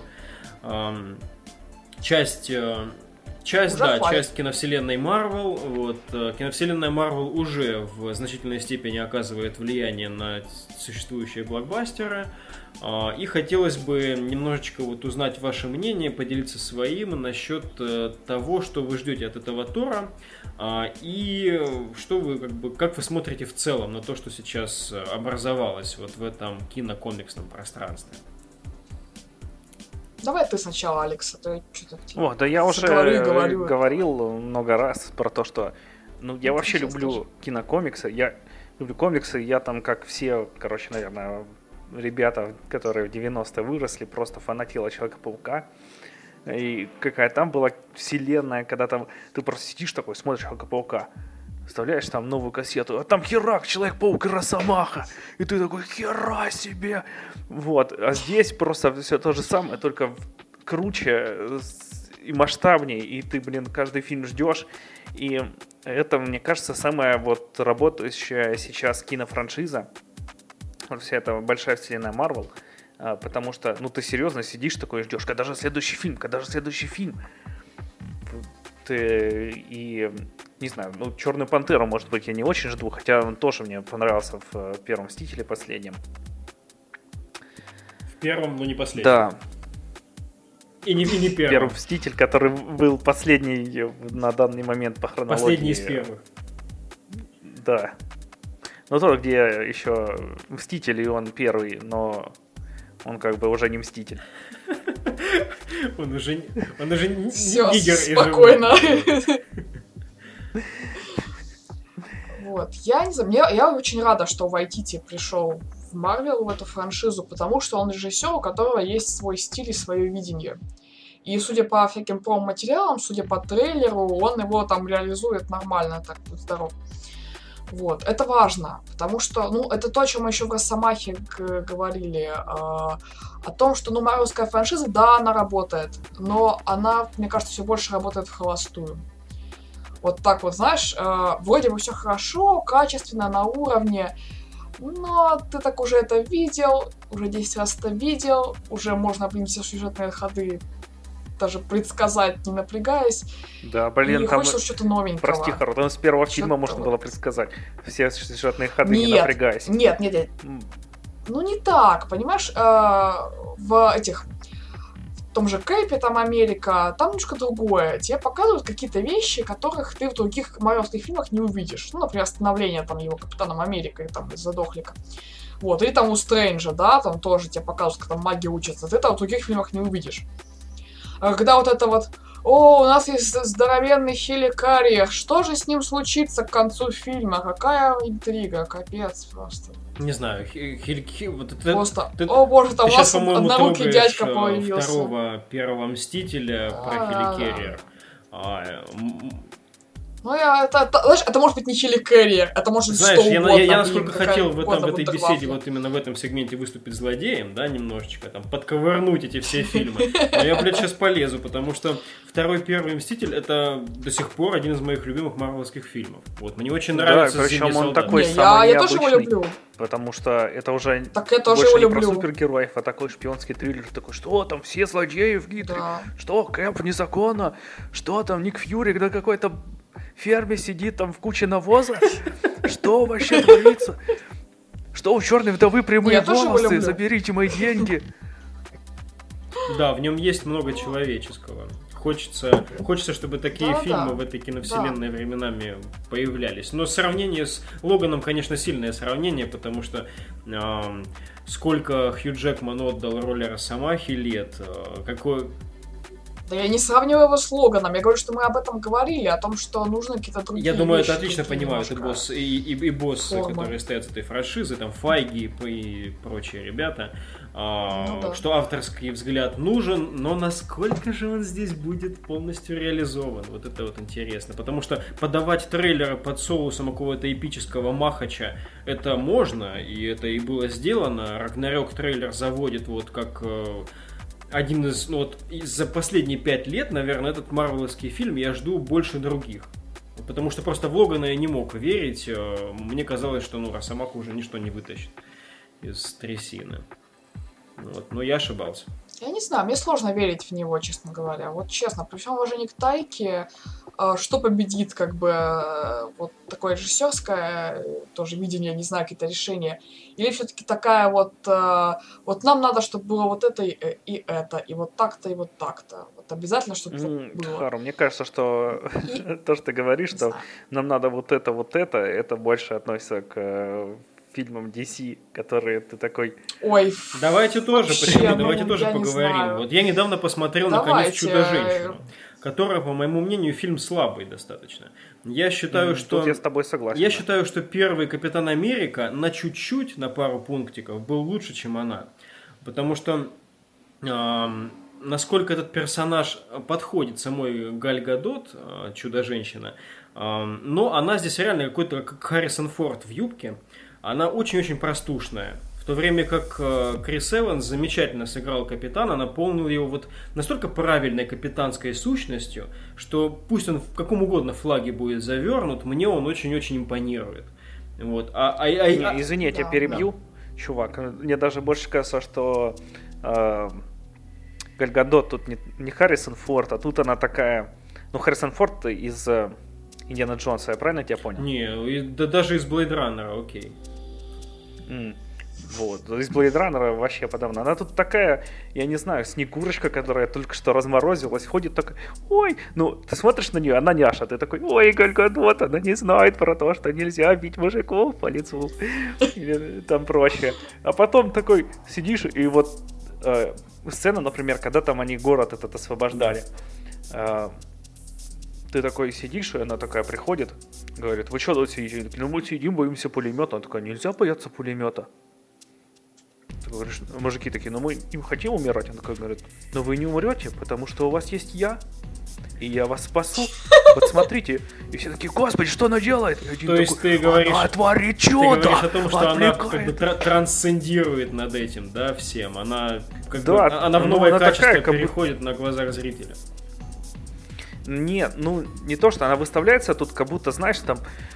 Часть киновселенной Марвел. Вот, киновселенная Марвел уже в значительной степени оказывает влияние на существующие блокбастеры. И хотелось бы немножечко вот узнать ваше мнение, поделиться своим насчет того, что вы ждете от этого Тора, и что вы, как вы смотрите в целом на то, что сейчас образовалось вот в этом кинокомиксном пространстве. Давай ты сначала, Алекс, а то что-то... Да я уже говорил много раз про то, что я вообще люблю кинокомиксы, я люблю комиксы, я там, как все, наверное, ребята, которые в 90-е выросли, просто фанател от Человека-паука. И какая там была вселенная, когда там ты просто сидишь такой, смотришь Человека-паука, вставляешь там новую кассету, а там херак, Человек-паук и Росомаха. И ты такой, хера себе! Вот. А здесь просто все то же самое, только круче и масштабнее. И ты, каждый фильм ждешь. И это, мне кажется, самая вот работающая сейчас кинофраншиза. Вся эта большая вселенная Марвел. Потому что, ты серьезно сидишь такой и ждешь, когда же следующий фильм? И, не знаю, Черную Пантеру, может быть, я не очень жду, хотя он тоже мне понравился в первом Мстителе последнем. В первом, но не последнем. Да. И не первым. Первый Мститель, который был последний на данный момент по хронологии. Последний из первых. Да. Тот, где еще Мститель, и он первый, но он уже не Мститель. Он уже все, нигер и спокойно. Вот, я не знаю, я очень рада, что Вайтити пришел в Марвел, в эту франшизу, потому что он режиссер, у которого есть свой стиль и свое видение. И судя по всяким промо-материалам, судя по трейлеру, он его там реализует нормально, так вот здоров. Вот, это важно, потому что, это то, о чем мы еще в Росомахе говорили, о том, что, марвелская франшиза, да, она работает, но она, мне кажется, все больше работает в холостую. Вот так вот, знаешь, вроде бы все хорошо, качественно, на уровне, но ты так уже это видел, уже 10 раз это видел, уже можно, все сюжетные ходы даже предсказать, не напрягаясь. Да, и там хочется что-то новенького. Прости, Хару, там с первого фильма можно было предсказать все сюжетные ходы, не напрягаясь. Нет. Не так, понимаешь, в том же Кэпе, там Америка, там немножко другое. Тебе показывают какие-то вещи, которых ты в других марвелских фильмах не увидишь. Например, становление там его Капитаном Америкой, там, из-за дохлика. Вот, или там у Стрэнджа, да, там тоже тебе показывают, как там магия учится. Ты это в других фильмах не увидишь. Когда вот это вот, у нас есть здоровенный Хеликарий, что же с ним случится к концу фильма? Какая интрига, капец просто. Не знаю, просто, о боже, там у нас однорукий дядька появился. Первого Мстителя про Хеликария. Ну, знаешь, это может быть не Чили Кэрри, это может быть Знаешь, что угодно. я насколько хотел в этой вундервафля. беседе, вот именно в этом сегменте выступить злодеем, да, немножечко, там, подковырнуть эти все фильмы. Но я, блядь, сейчас полезу, потому что второй «Первый Мститель» — это до сих пор один из моих любимых марвеловских фильмов. Вот, мне очень нравится Да, «Зимний причем он солдат». такой Не, самый я тоже его необычный, люблю. потому что это уже Так я тоже больше его не про люблю. супергероев, а такой шпионский триллер, такой, что там, все злодеи в Гидре, Да. что, Кэмп незаконно, что там, Ник Фьюри на какой-то ферме сидит там в куче навоза, что вообще творится? Что у черной вдовы прямые Я тоже его волосы, люблю. заберите мои деньги. Да, в нем есть много человеческого. Хочется, чтобы такие Да-да. фильмы в этой киновселенной временами появлялись. Но сравнение с Логаном, конечно, сильное сравнение, потому что сколько Хью Джекман отдал роли Росомахи лет, какой... Да я не сравниваю его с Логаном. Я говорю, что мы об этом говорили, о том, что нужно какие-то другие Я думаю, это вещи, отлично другие понимают и немножко босс, и боссы, формы. которые стоят с этой франшизы, там Файги и прочие ребята, да. что авторский взгляд нужен, но насколько же он здесь будет полностью реализован? Вот это вот интересно, потому что подавать трейлеры под соусом какого-то эпического махача, это можно, и это и было сделано. Рагнарёк трейлер заводит вот как... один из, ну вот, за последние 5 лет, наверное, этот марвеловский фильм я жду больше других. Потому что просто в Логана я не мог верить. Мне казалось, что Росомаху уже ничто не вытащит из трясины. Вот. Но я ошибался. Я не знаю, мне сложно верить в него, честно говоря. Вот честно, при всем уважении к Тайке, что победит, как бы, вот такое режиссерское тоже видение, не знаю, какие-то решения. Или все-таки такая вот нам надо, чтобы было вот это и это, и вот так-то, и вот так-то. Вот обязательно, чтобы было. Хару, мне кажется, что то, что ты говоришь, что нам надо вот это больше относится к фильмам DC, которые ты такой... Ой, давайте тоже, вообще, почему? Давайте тоже я не поговорим. знаю. Вот я недавно посмотрел наконец Давайте. «Чудо-женщину», которая, по моему мнению, фильм слабый достаточно. Я считаю, что... Тут я с тобой согласен. Я да. считаю, что первый «Капитан Америка» на чуть-чуть, на пару пунктиков, был лучше, чем она. Потому что насколько этот персонаж подходит самой Галь Гадот, Чудо-женщина, но она здесь реально какой-то как Харрисон Форд в юбке. Она очень-очень простушная. В то время как Крис Эванс замечательно сыграл капитана, наполнил его вот настолько правильной капитанской сущностью, что пусть он в каком угодно флаге будет завернут, мне он очень-очень импонирует. Вот. Извини, я тебя перебью, чувак. Мне даже больше кажется, что Галь Гадот тут не Харрисон Форд, а тут она такая... Ну, Харрисон Форд из Индиана Джонса, я правильно тебя понял? Не, да даже из Блейд Раннера, окей. Вот, из Блейд Раннера вообще подавно. Она тут такая, я не знаю, Снегурочка, которая только что разморозилась, ходит такая, ой, ну, ты смотришь на нее, она няша, ты такой, ой, Галь Гадот, она не знает про то, что нельзя бить мужиков по лицу, или там прочее. А потом такой сидишь, и вот сцена, например, когда там они город этот освобождали, ты такой сидишь, и она такая приходит, говорит, вы что тут сидите? Ну, мы сидим, боимся пулемета. Она такая, нельзя бояться пулемета. Ты говоришь, мужики такие, ну мы не хотим умирать. Она такая говорит, но вы не умрете, потому что у вас есть я, и я вас спасу. Вот смотрите. И все такие, господи, что она делает? То есть ты говоришь... Она творит Ты чудо! говоришь о том, что она отвлекает. как бы трансцендирует над этим, да, всем. Она как Да, бы, она в ну, новое она качество такая, как бы- переходит на глазах зрителя. Нет, ну не то, что она выставляется тут, как будто, знаешь, там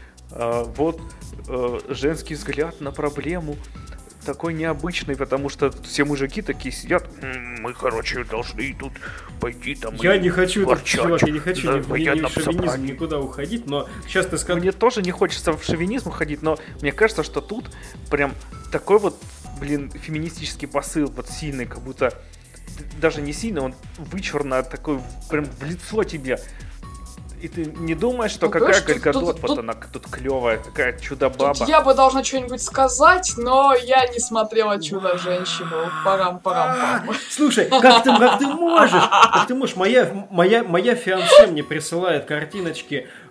женский взгляд на проблему такой необычный, потому что все мужики такие сидят, мы, короче, должны тут пойти там. Я не хочу, ворчать чувак, я не хочу на ни в военном шовинизм собрании. никуда уходить, но сейчас ты сказал... Мне тоже не хочется в шовинизм уходить, но мне кажется, что тут прям такой вот, феминистический посыл вот сильный, как будто даже не сильно, он вычурно такой прям в лицо тебе. И ты не думаешь, что Ну, какая понимаешь, Галь Гадот, тут- вот тут- она тут клевая, такая чудо-баба. Тут я бы должна что-нибудь сказать, но я не смотрела «Чудо-женщину». Парам-парам-пам. Слушай, как ты можешь? Как ты можешь? Моя фиансе мне присылает картиночки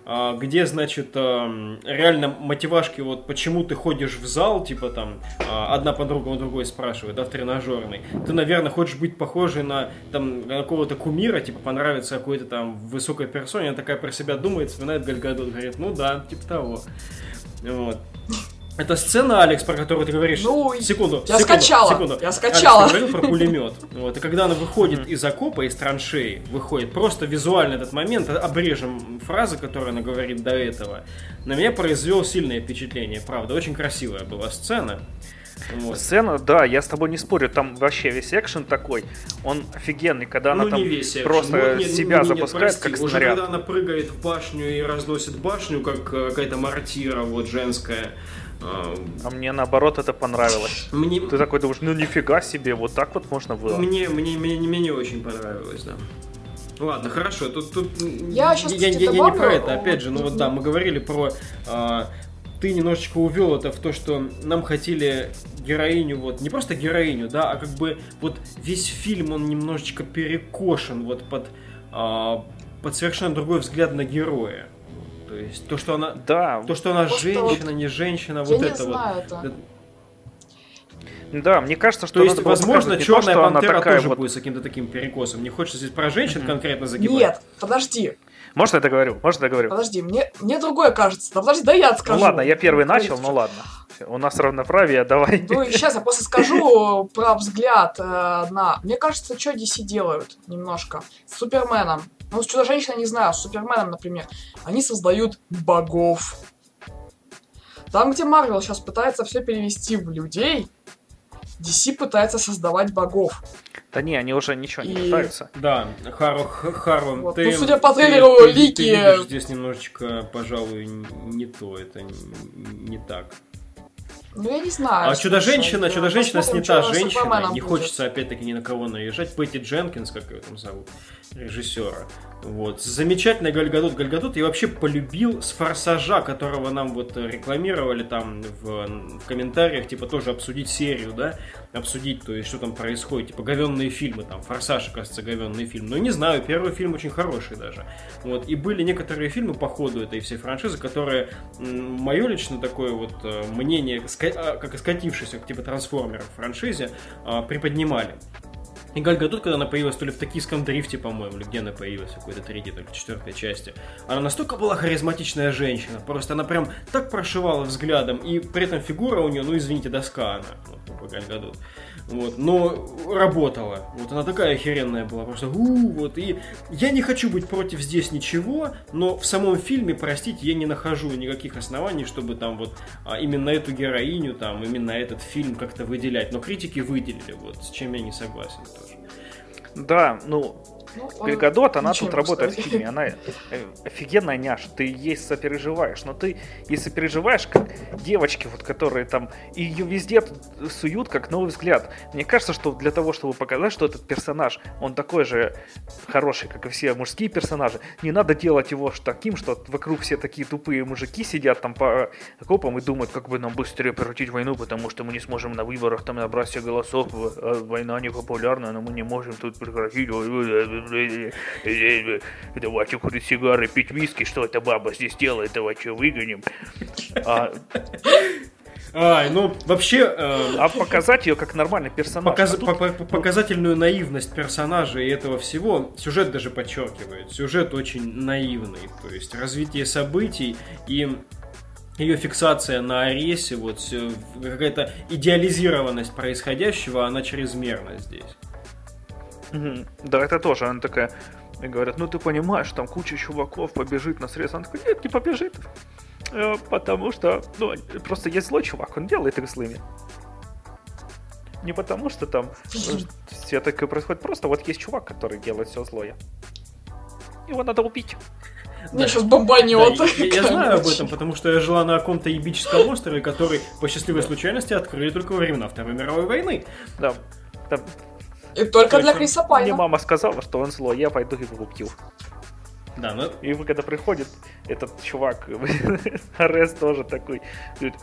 где, значит, реально мотивашки, вот почему ты ходишь в зал, типа там, одна подруга у другой спрашивает, да, в тренажерный. Ты, наверное, хочешь быть похожей на, там, на какого-то кумира, типа, понравится какой-то там высокой персоне, она такая про себя думает, вспоминает Галь Гадот, говорит, ну да, типа того. Вот. Это сцена, Алекс, про которую ты говоришь. Ну, секунду. Я скачала. Алекс, ты говорил про пулемет. Вот, и когда она выходит из окопа, из траншеи, выходит, просто визуально этот момент, обрежем фразы, которые она говорит до этого, на меня произвел сильное впечатление, правда. Очень красивая была сцена. Вот. Сцена, да, я с тобой не спорю, там вообще весь экшен такой, он офигенный, когда она там просто себя запускает, как снаряд. Уже когда она прыгает в башню и разносит башню, как какая-то мортира вот женская. А мне наоборот это понравилось. Ты такой думаешь, ну нифига себе, вот так вот можно было. Мне не очень понравилось, да. Ладно, хорошо, тут я не про это, опять же, ну вот да, мы говорили про... Ты немножечко увел это в то, что нам хотели героиню, вот, не просто героиню, да, а как бы вот весь фильм, он немножечко перекошен вот под совершенно другой взгляд на героя. То есть то, что она, да. То, что она женщина, не женщина, вот это вот. Да, мне кажется, что... То есть, возможно, Черная Пантера тоже вот... будет с каким-то таким перекосом. Не хочется здесь про женщин конкретно загибать. Нет, подожди. Можно я договорю? Подожди, мне другое кажется. Да подожди, да я скажу. Ну ладно, я первый начал, ну ладно. У нас равноправие, давай. Ну сейчас я просто скажу про взгляд на... Мне кажется, что DC делают немножко с Суперменом. Ну, с Чудо-женщиной не знаю, с Суперменом, например. Они создают богов. Там, где Марвел сейчас пытается все перевести в людей, DC пытается создавать богов. Да не, они уже ничего не пытаются. Да, Хару, вот. Ну, судя по трейлеру, Лики... Ты видишь здесь немножечко, пожалуй, не то, это не так. Ну, я не знаю. А Чудо-женщина снята женщина. Не хочется, опять-таки, ни на кого наезжать. Пэтти Дженкинс, как ее там зовут, режиссера. Вот. Замечательная Галь Гадот. Галь Гадот я вообще полюбил с «Форсажа», которого нам вот рекламировали там в комментариях, типа тоже обсудить серию, да, обсудить, то есть, что там происходит, типа говенные фильмы, там, «Форсаж», кажется, говенный фильм. Но не знаю, первый фильм очень хороший даже. Вот. И были некоторые фильмы по ходу этой всей франшизы, которые, мое лично такое вот мнение, как скатившееся, типа трансформеров в франшизе, приподнимали. И Галь Гадот, когда она появилась, то ли в «Токийском дрифте», по-моему, или где она появилась, в какой-то третьей, только четвертой части, она настолько была харизматичная женщина, просто она прям так прошивала взглядом, и при этом фигура у нее, ну извините, доска она, вот, Галь Гадот. Вот, но работала. Вот она такая охеренная была, просто вот. И я не хочу быть против здесь ничего, но в самом фильме, простите, я не нахожу никаких оснований, чтобы там вот именно эту героиню, там, именно этот фильм как-то выделять. Но критики выделили, вот, с чем я не согласен тоже. Да, Галь Гадот, она тут работает в фильме, она офигенная няша, ты ей сопереживаешь, но ты, если переживаешь, как девочки, вот, которые там, и ее везде суют, как новый взгляд. Мне кажется, что для того, чтобы показать, что этот персонаж, он такой же хороший, как и все мужские персонажи, не надо делать его таким, что вокруг все такие тупые мужики сидят там по окопам и думают, как бы нам быстрее прекратить войну, потому что мы не сможем на выборах там набрать все голосов, война не популярна, но мы не можем тут прекратить. Давайте курить сигары, пить виски, что эта баба здесь делает, давайте выгоним. Вообще... А показать ее как нормальный персонаж. Показательную наивность персонажа и этого всего сюжет даже подчеркивает. Сюжет очень наивный. То есть развитие событий и ее фиксация на Аресе, вот какая-то идеализированность происходящего, она чрезмерна здесь. Да, это тоже, она такая, и говорят, ну ты понимаешь, там куча чуваков побежит на срез. Она такая, нет, не побежит, потому что, просто есть злой чувак, он делает их злыми. Не потому что там все такое происходит, просто вот есть чувак, который делает все злое. Его надо убить. Мне сейчас бомбанет. Да, я знаю об этом, потому что я жила на каком-то ебическом острове, который по счастливой случайности открыли только во времена Второй мировой войны. Да. И только для Криса Пайна. Мне мама сказала, что он злой, я пойду его убью. Да, но... И когда приходит этот чувак, Арес тоже такой, говорит,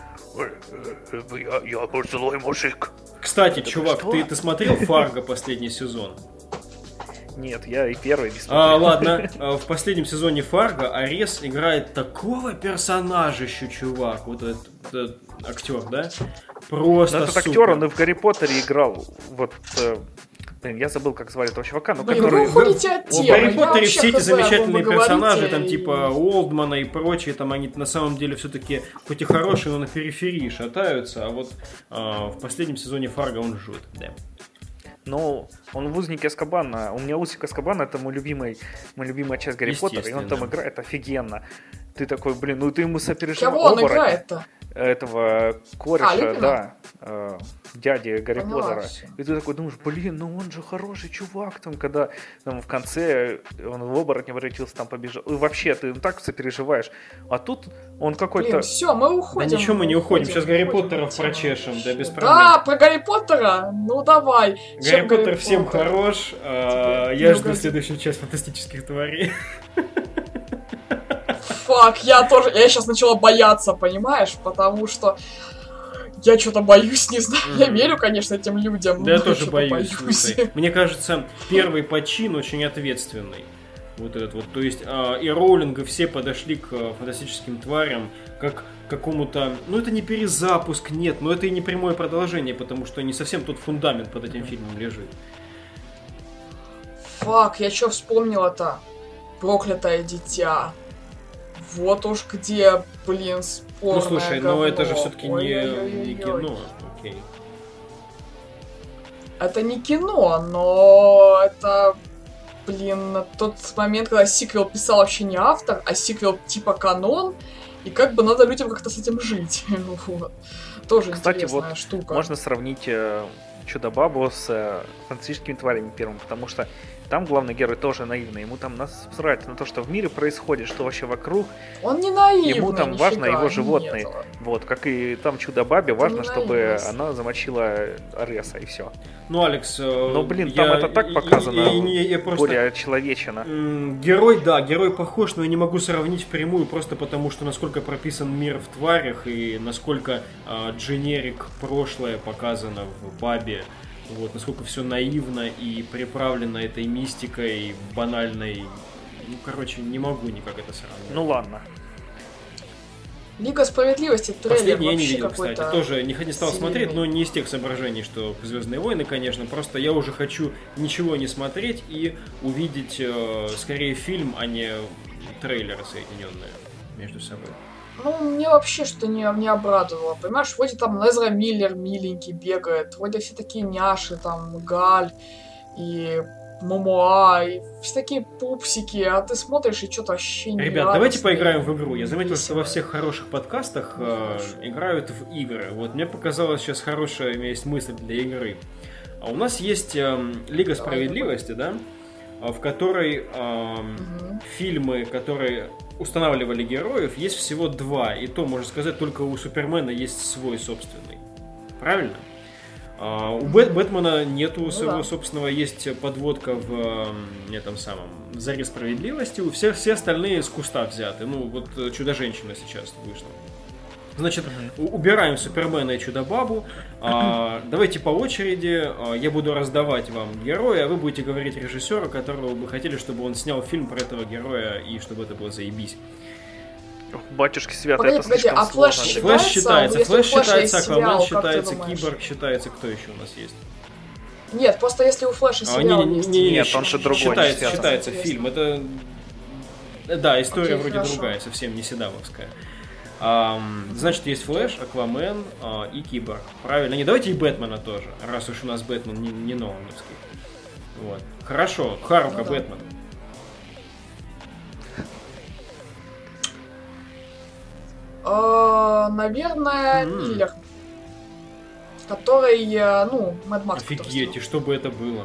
я злой мужик. Кстати, чувак, ты смотрел «Фарго» последний сезон? Нет, я и первый не смотрел. Ладно, в последнем сезоне Фарго Арес играет такого персонажищу, чувак. Вот этот актер, да? Просто этот супер. актер, он и в Гарри Поттере играл. Вот, блин, я забыл, как звали этого чувака, но Блин, который... вы уходите от В темы. Гарри Я Поттере вообще все эти хз, о ком вы замечательные персонажи, говорите, там и- типа Олдмана и прочие, там они на самом деле все-таки хоть и хорошие, но на периферии шатаются, а вот в последнем сезоне Фарго он жут, да. Ну, он в «Узнике Азкабана». У меня «Узник Азкабана» — это моя любимая часть Гарри Поттера, и он там Естественно. играет офигенно. Ты такой, блин, ну ты ему сопереживаешь. Кого он играет-то? Этого кореша, Люпина? да, дяди Гарри Поняла Поттера. всё. И ты такой думаешь, блин, ну он же хороший чувак, там, когда там, в конце он в оборотня превратился, там побежал. И вообще, ты так сопереживаешь. А тут он какой-то... Блин, все, мы Да уходим. ничего мы не уходим, сейчас Гарри уходим Поттеров от темы. прочешем, да без проблем. Да, про Гарри Поттера? Ну давай. Гарри Чем Поттер всем Поттер? хорош, Теперь я не жду угодим. следующую часть «Фантастических тварей». Фак, я сейчас начала бояться, понимаешь? Потому что я что-то боюсь, не знаю. Я верю, конечно, этим людям. Да я но тоже что-то боюсь, слушай. Мне кажется, первый почин очень ответственный. Вот этот вот. То есть и Роулинг, и все подошли к фантастическим тварям как к какому-то... Ну, это не перезапуск, нет, но это и не прямое продолжение, потому что не совсем тот фундамент под этим фильмом лежит. Фак, я что вспомнила-то? Проклятое дитя. Вот уж где, блин, спорное Ну, слушай, но говно. это же все-таки не Ой-ой-ой-ой. кино. Окей. Это не кино, но это, блин, тот момент, когда сиквел писал вообще не автор, а сиквел типа канон, и как бы надо людям как-то с этим жить. Вот. Тоже Кстати, интересная вот штука. можно сравнить Чудо-бабу с фантастическими тварями первым, потому что там главный герой тоже наивный, ему там насрать на то, что в мире происходит, что вообще вокруг, Он не наивный, ему там нифига, важно его животные. нет. Вот, как и там Чудо-бабе, важно, не чтобы наивность. она замочила Ареса, и все. Ну, Алекс... Но, блин, там это так показано, я просто... более человечно. Герой, да, герой похож, но я не могу сравнить впрямую, просто потому что насколько прописан мир в тварях и насколько дженерик прошлое показано в бабе. Вот, насколько все наивно и приправлено этой мистикой банальной. Ну, короче, не могу никак это сравнить. Ну ладно. Лига справедливости, трейлер Последний я не вообще видел, какой-то кстати. Тоже не стал сильный. смотреть, но не из тех соображений, что Звездные войны, конечно. Просто я уже хочу ничего не смотреть и увидеть скорее фильм, а не трейлеры соединенные между собой. Ну, мне вообще что не обрадовало. Понимаешь, вроде там Лезра Миллер миленький бегает, вроде все такие няши, там, Галь и Момоа, и все такие пупсики, а ты смотришь и что-то вообще не Ребят, давайте радостно, поиграем в и игру. Я заметил, что весело. во всех хороших подкастах Хорошо. играют в игры. Вот мне показалось сейчас хорошая у меня есть мысль для игры. А у нас есть Лига Справедливости, да? В которой фильмы, которые устанавливали героев, есть всего 2. И то, можно сказать, только у Супермена есть свой собственный. Правильно? У Бэтмена нету своего да. собственного, есть подводка в этом самом Заре Справедливости. У всех все остальные с куста взяты. Ну, вот Чудо-женщина сейчас вышла. Значит, убираем Супермена и Чудо-бабу. Давайте по очереди. Я буду раздавать вам героя, а вы будете говорить режиссера, которого вы хотели, чтобы он снял фильм про этого героя и чтобы это было заебись. Батюшки святые, это Погоди, слишком а Флэш сложно. считается? Флэш считается, Если Флэш у Флэша считается, есть Аквамен сериал, как ты считается, думаешь? Киборг считается, кто еще у нас есть? Нет, просто если у Флэша сериал есть. Нет, он же другой, Считается, не считается связан. фильм. Это... Да, история Окей, вроде хорошо. другая, совсем не седавовская. Значит, есть Флэш, Аквамен и Киборг. Правильно. Не, давайте и Бэтмена тоже, раз уж у нас Бэтмен не Нолановский. Вот. Хорошо, Харука Ну да. Бэтмен. Наверное, Миллер. Который, ну, Мэд Макс. который Офигеть, и что бы это было?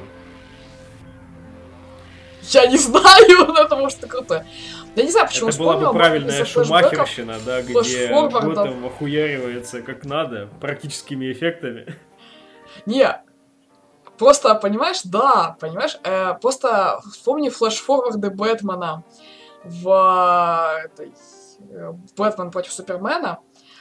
Я не знаю, но это может и круто. Я не знаю, почему Это была вспомнила, бы может, правильная из-за флешбеков. шумахерщина, да, где флэш-форвардов. Готэм охуяривается как надо, практическими эффектами. Не, просто, понимаешь, да, понимаешь, просто вспомни флэш-форварды Бэтмена в этой Бэтмен против Супермена,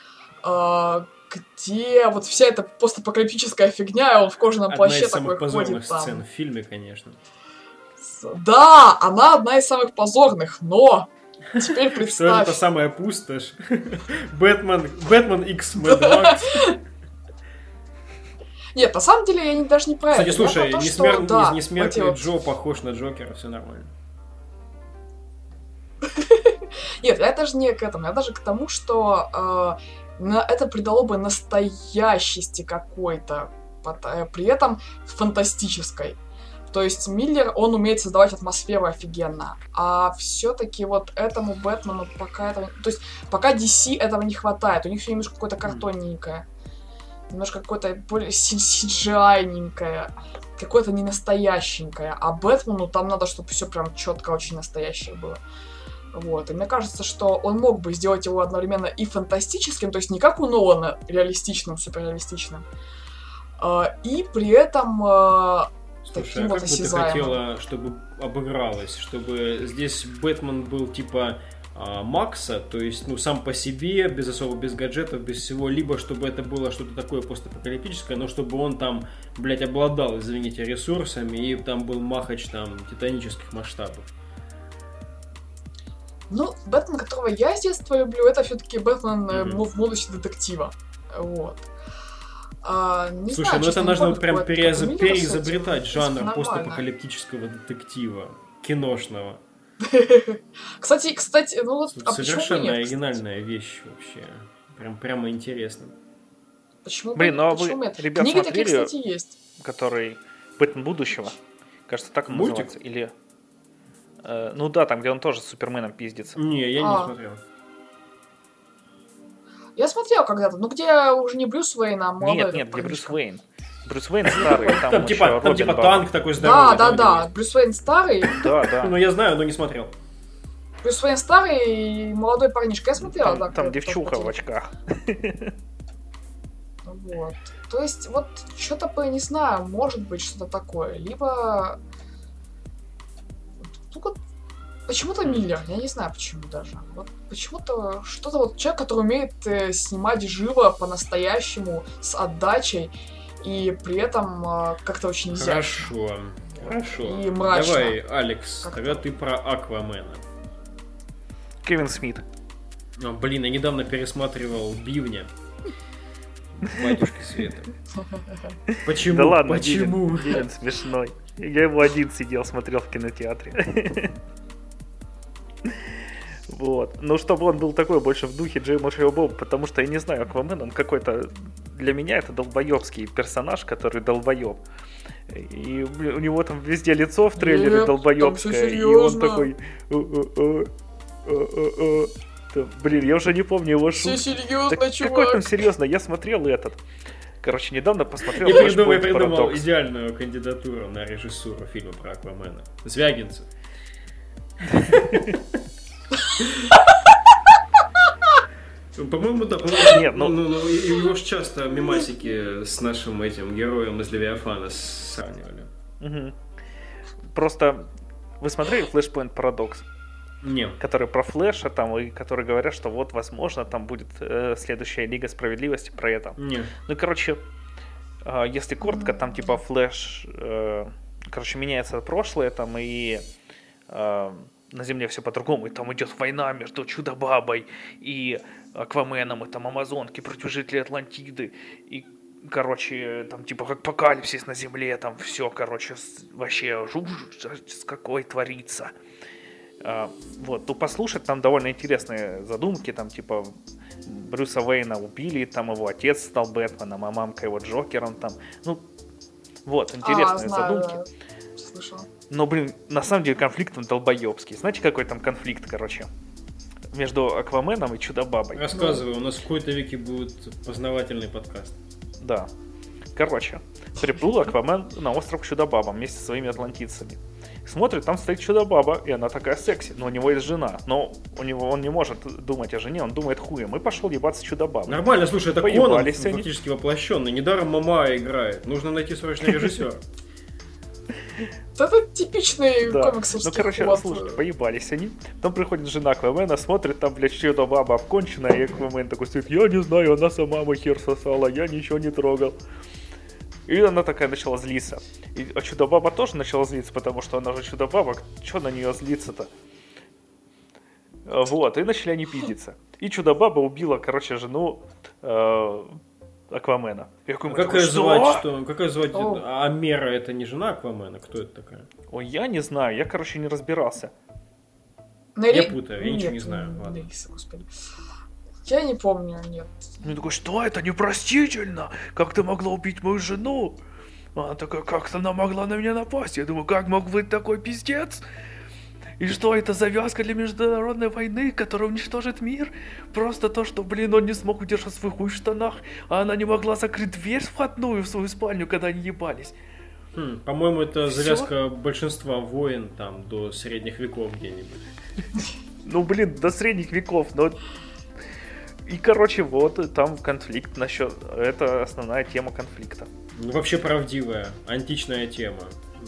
где вот вся эта постапокалиптическая фигня, и он в кожаном Одна плаще из самых такой позорных ходит там. сцен в фильме, конечно. Да, она одна из самых позорных, но теперь Что представь. это самая пустошь? Бэтмен X Mad Max. Нет, на самом деле я даже не про это. Кстати, слушай, Я про то, что, да, несмертный вот эти Джо похож на Джокера, все нормально. Нет, я даже не к этому. Я даже к тому, что это придало бы настоящести какой-то, при этом фантастической. То есть Миллер, он умеет создавать атмосферу офигенно. А все-таки вот этому Бэтмену пока этого... То есть пока DC этого не хватает. У них все немножко какое-то картонненькое. Немножко какое-то более CGI-ненькое. Какое-то ненастоященькое. А Бэтмену там надо, чтобы все прям четко очень настоящее было. Вот. И мне кажется, что он мог бы сделать его одновременно и фантастическим, то есть не как у Нолана, реалистичным, суперреалистичным, и при этом Слушай, а как бы ты хотела, чтобы обыгралось? Чтобы здесь Бэтмен был типа Макса, то есть, ну, сам по себе, без гаджетов, без всего, либо чтобы это было что-то такое постапокалиптическое, но чтобы он там, блядь, обладал, извините, ресурсами, и там был махач там титанических масштабов. Ну, Бэтмен, которого я с детства люблю, это все-таки Бэтмен в модусе детектива. Вот. Не Слушай, знаю, ну это нужно прям переизобретать жанр нормально. постапокалиптического детектива, киношного. Кстати, ну вот, Совершенно оригинальная вещь вообще. Прямо интересно. Почему Блин, ну а почему вы, нет? ребят, Книги смотрели, такие, кстати, есть. который Бэтмен будущего? Кажется, так он Мультик? называется. Или... ну да, там, где он тоже с Суперменом пиздится. Не, я не смотрел. Я смотрел когда-то, ну где уже не Брюс Уэйн, а молодой. Нет, где Брюс Уэйн. Брюс Уэйн старый, там типа Робин танк такой здоровый. Да. Брюс Уэйн старый. Да. Ну я знаю, но не смотрел. Брюс Уэйн старый и молодой парнишка. Я смотрела, да. Там девчуха в очках. Вот. То есть, вот, что-то бы, не знаю, может быть что-то такое. Либо... Ну, вот, почему-то Миллер, я не знаю почему даже. Вот почему-то что-то вот человек, который умеет снимать живо, по-настоящему, с отдачей, и при этом как-то очень изящно. Хорошо. И мрачно. Давай, Алекс, тогда ты про Аквамена. Кевин Смит. Блин, я недавно пересматривал Бивня. Батюшка Света. Почему? Да ладно, Почему? Бивен смешной. Я его один сидел, смотрел в кинотеатре. Вот. Ну, чтобы он был такой больше в духе Джейма Боба, потому что, я не знаю, Аквамен, он какой-то... Для меня это долбоебский персонаж, который долбоеб. И у него там везде лицо в трейлере долбоебское. И он такой... Блин, я уже не помню его шутки. Все серьезно, чувак. Какой там серьезно? Я смотрел этот. Короче, недавно посмотрел... Я придумал идеальную кандидатуру на режиссуру фильма про Аквамена. Звягинцев. По-моему, да. Нет, ну... Его же часто мемасики с нашим этим героем из Левиафана сравнивали. Угу. Просто вы смотрели Flashpoint Paradox? Нет. Который про Флэша там, и которые говорят, что вот, возможно, там будет следующая Лига Справедливости про это. Нет. Ну, короче, если коротко, там типа Флэш, короче, меняется прошлое там, и на Земле все по-другому, и там идет война между Чудо-бабой и Акваменом, и там Амазонки против жителей Атлантиды, и, короче, там типа как апокалипсис на Земле, там все, короче, вообще жуть какой творится. Вот, ну послушать, там довольно интересные задумки, там типа Брюса Уэйна убили, там его отец стал Бэтменом, а мамка его Джокером, там, ну, вот, интересные задумки. Да. Слышала. Но, блин, на самом деле конфликт там долбоебский. Знаете, какой там конфликт, короче, между Акваменом и Чудо-бабой? Рассказывай, у нас в какой-то веке будет познавательный подкаст. Да. Короче, приплыл Аквамен на остров Чудо-баба вместе со своими атлантийцами. Смотрит, там стоит Чудо-баба, и она такая секси, но у него есть жена. Но он не может думать о жене, он думает хуем. И пошел ебаться Чудо-бабой. Нормально, слушай, это Конан фактически воплощенный. Недаром Мамаа играет. Нужно найти срочно режиссера. Это типичный комиксовский ход. Ну, короче, слушайте, поебались они. Потом приходит жена Аквамена, смотрит, там, блядь, Чудо-баба обконченная, и Аквамен такой стоит: я не знаю, она сама мой хер сосала, я ничего не трогал. И она такая начала злиться. А Чудо-баба тоже начала злиться, потому что она же Чудо-баба, что на нее злиться-то? Вот, и начали они пиздиться. И Чудо-баба убила, короче, жену Аквамена. Какая звать? А Мера это не жена Аквамена? Кто это такая? Ой, я не знаю, я, короче, не разбирался. Я путаю, я ничего не знаю. Я не помню, нет. Ну такой, что это непростительно? Как ты могла убить мою жену? Она такая, как она могла на меня напасть? Я думаю, как мог быть такой пиздец? И что, это завязка для международной войны, которая уничтожит мир? Просто то, что, он не смог удержать свой хуй в штанах, а она не могла закрыть дверь входную в свою спальню, когда они ебались. По-моему, это завязка большинства войн там до средних веков где-нибудь. Ну, до средних веков, но... И, короче, вот, там конфликт насчет... Это основная тема конфликта. Ну, вообще правдивая, античная тема.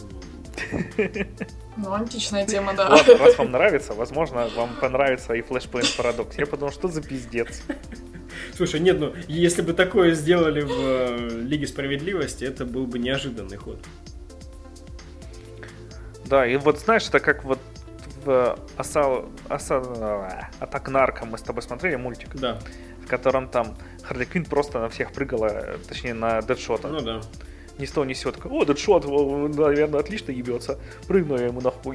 Ну, античная тема, да. Ладно, раз вам нравится, возможно, вам понравится и Flashpoint Paradox. Я подумал, что за пиздец. Слушай, нет, ну, если бы такое сделали в Лиге Справедливости, это был бы неожиданный ход. Да, и вот, знаешь, это как вот в Атак Нарко мы с тобой смотрели мультик, да, в котором там Харли Квинн просто на всех прыгала, точнее на Дэдшота. Ну да. Ни с того ни с сего, такой, Дэдшот, наверное, отлично ебется, прыгну я ему нахуй.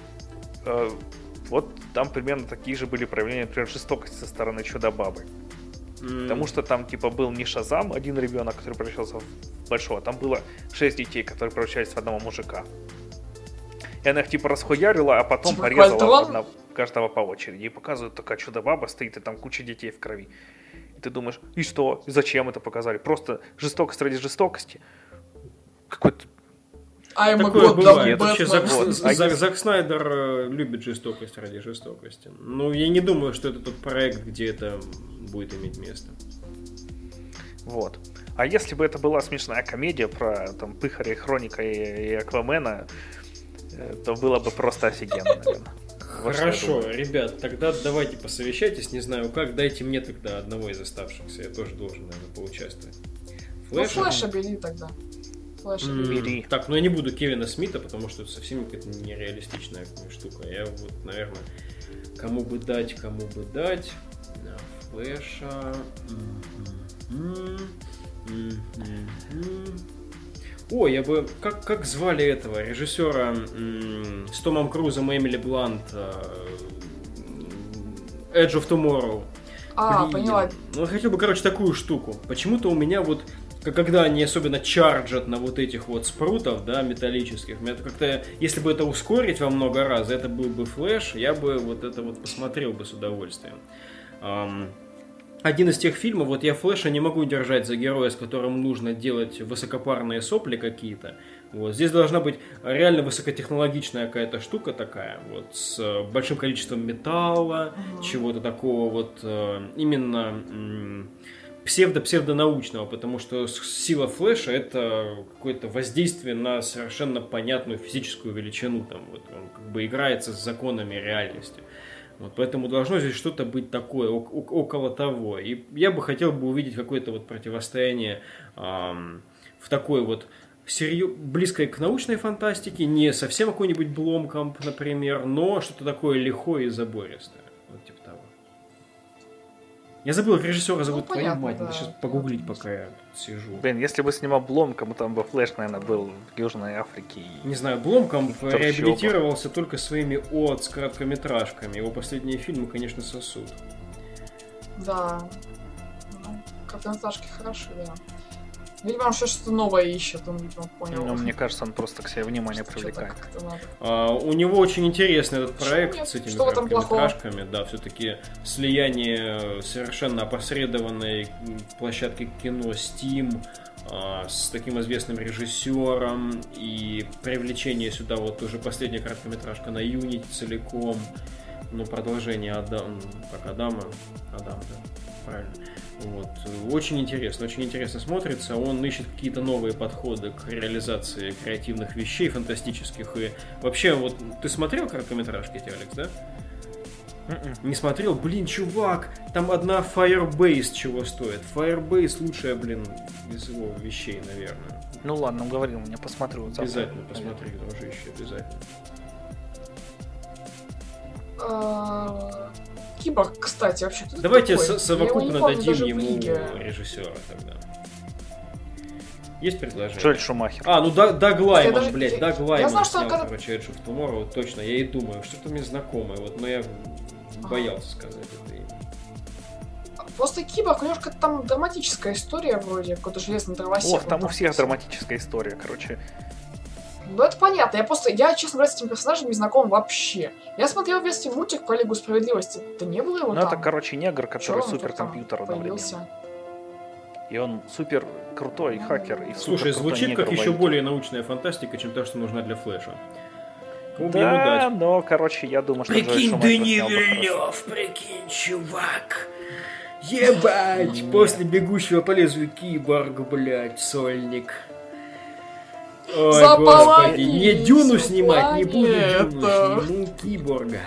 Вот там примерно такие же были проявления, например, жестокости со стороны Чудо-бабы. Потому что там типа был не Шазам, один ребенок, который превращался в большого, там было 6 детей, которые превращались в одного мужика. И она их типа расхуярила, а потом типа порезала каждого по очереди. И показывают, такая Чудо-баба стоит, и там куча детей в крови. И ты думаешь, и что? И зачем это показали? Просто жестокость ради жестокости? Какой-то... Такое бывает. Вообще, Зак Снайдер любит жестокость ради жестокости. Ну, я не думаю, что это тот проект, где это будет иметь место. Вот. А если бы это была смешная комедия про там Пыхаря, Хроника и Аквамена, то было бы просто офигенно, наверное. Хорошо, ребят, тогда давайте посовещайтесь, не знаю как, дайте мне тогда одного из оставшихся, я тоже должен, наверное, поучаствовать. Флэша бери тогда. Бери. Так, но я не буду Кевина Смита, потому что это совсем какая-то нереалистичная штука. Я вот, наверное, кому бы дать. Флэша. О, я бы... Как звали этого режиссера с Томом Крузом и Эмили Блант? Edge of Tomorrow. Поняла. Ну, я хотел бы, такую штуку. Почему-то у меня вот, когда они особенно чарджат на вот этих вот спрутов, да, металлических, это как-то, если бы это ускорить во много раз, это был бы Флэш, я бы вот это вот посмотрел бы с удовольствием. Один из тех фильмов, вот я Флэша не могу держать за героя, с которым нужно делать высокопарные сопли какие-то. Вот. Здесь должна быть реально высокотехнологичная какая-то штука такая, вот, с большим количеством металла, чего-то такого вот именно псевдонаучного, потому что сила Флэша — это какое-то воздействие на совершенно понятную физическую величину, там, вот, он как бы играется с законами реальности. Вот, поэтому должно здесь что-то быть такое, около того. И я бы хотел увидеть какое-то вот противостояние в такой вот близкой к научной фантастике, не совсем какой-нибудь Бломкамп, например, но что-то такое лихое и забористое. Вот типа того. Я забыл, режиссера зовут, твою мать, надо сейчас погуглить, пока я сижу. Блин, если бы снимал Бломкамп, там бы Флэш, наверное, был в Южной Африке. Не знаю, Бломкамп реабилитировался только своими с короткометражками. Его последние фильмы, конечно, сосут. Да. Ну, короткометражки хороши, да. Видимо, он что-то новое ищет, он, видимо, понял. Ну, мне кажется, он просто к себе внимание привлекает. У него очень интересный этот проект с этими короткометражками. Да, все-таки слияние совершенно опосредованной площадки кино Steam с таким известным режиссером и привлечение сюда вот уже последняя короткометражка на Unity целиком. Ну, продолжение Адама, да, правильно. Вот. Очень интересно смотрится. Он ищет какие-то новые подходы к реализации креативных вещей, фантастических. И вообще, вот ты смотрел короткометражки эти, Алекс, да? Не смотрел? Блин, чувак, там одна Firebase чего стоит. Firebase лучшая, блин, из его вещей, наверное. Ну ладно, говорил мне, посмотрю. Обязательно посмотри, дружище, обязательно. Киборг, кстати, вообще кто Давайте такой? совокупно помню дадим даже в ему лиге. режиссера тогда. Есть предложение? Джоэль Шумахер. Ну Даг Лайман, даже- блядь, Даг я Лайман знаю, что снял, он короче, Edge of Tomorrow, точно, я и думаю, что-то мне знакомое, вот, но я боялся сказать это имя. Просто Киборг, у него же там драматическая история вроде, какой-то железный дровосек. Там у всех драматическая история, короче. Ну это понятно, я, честно говоря, с этим персонажем не знаком вообще. Я смотрел в детстве мультик про Лигу Справедливости, да не было его Ну там. это, короче, негр, который Чё он суперкомпьютер там одновременно. появился? И он супер крутой хакер. И Слушай, супер звучит крутой как еще негр-воитель. более научная фантастика, чем та, что нужна для Флэша. Кому бы ему Да, дать? но, короче, я думаю, что Джоэль Прикинь, Шумахер Дани снял бы хорошо. Вильнёв, прикинь, чувак. Ебать, после «Бегущего по лезвию» Киборг, блядь, сольник. Ой, За господи, половину не Дюну снимать, не буду Дюну, планету. сниму Киборга.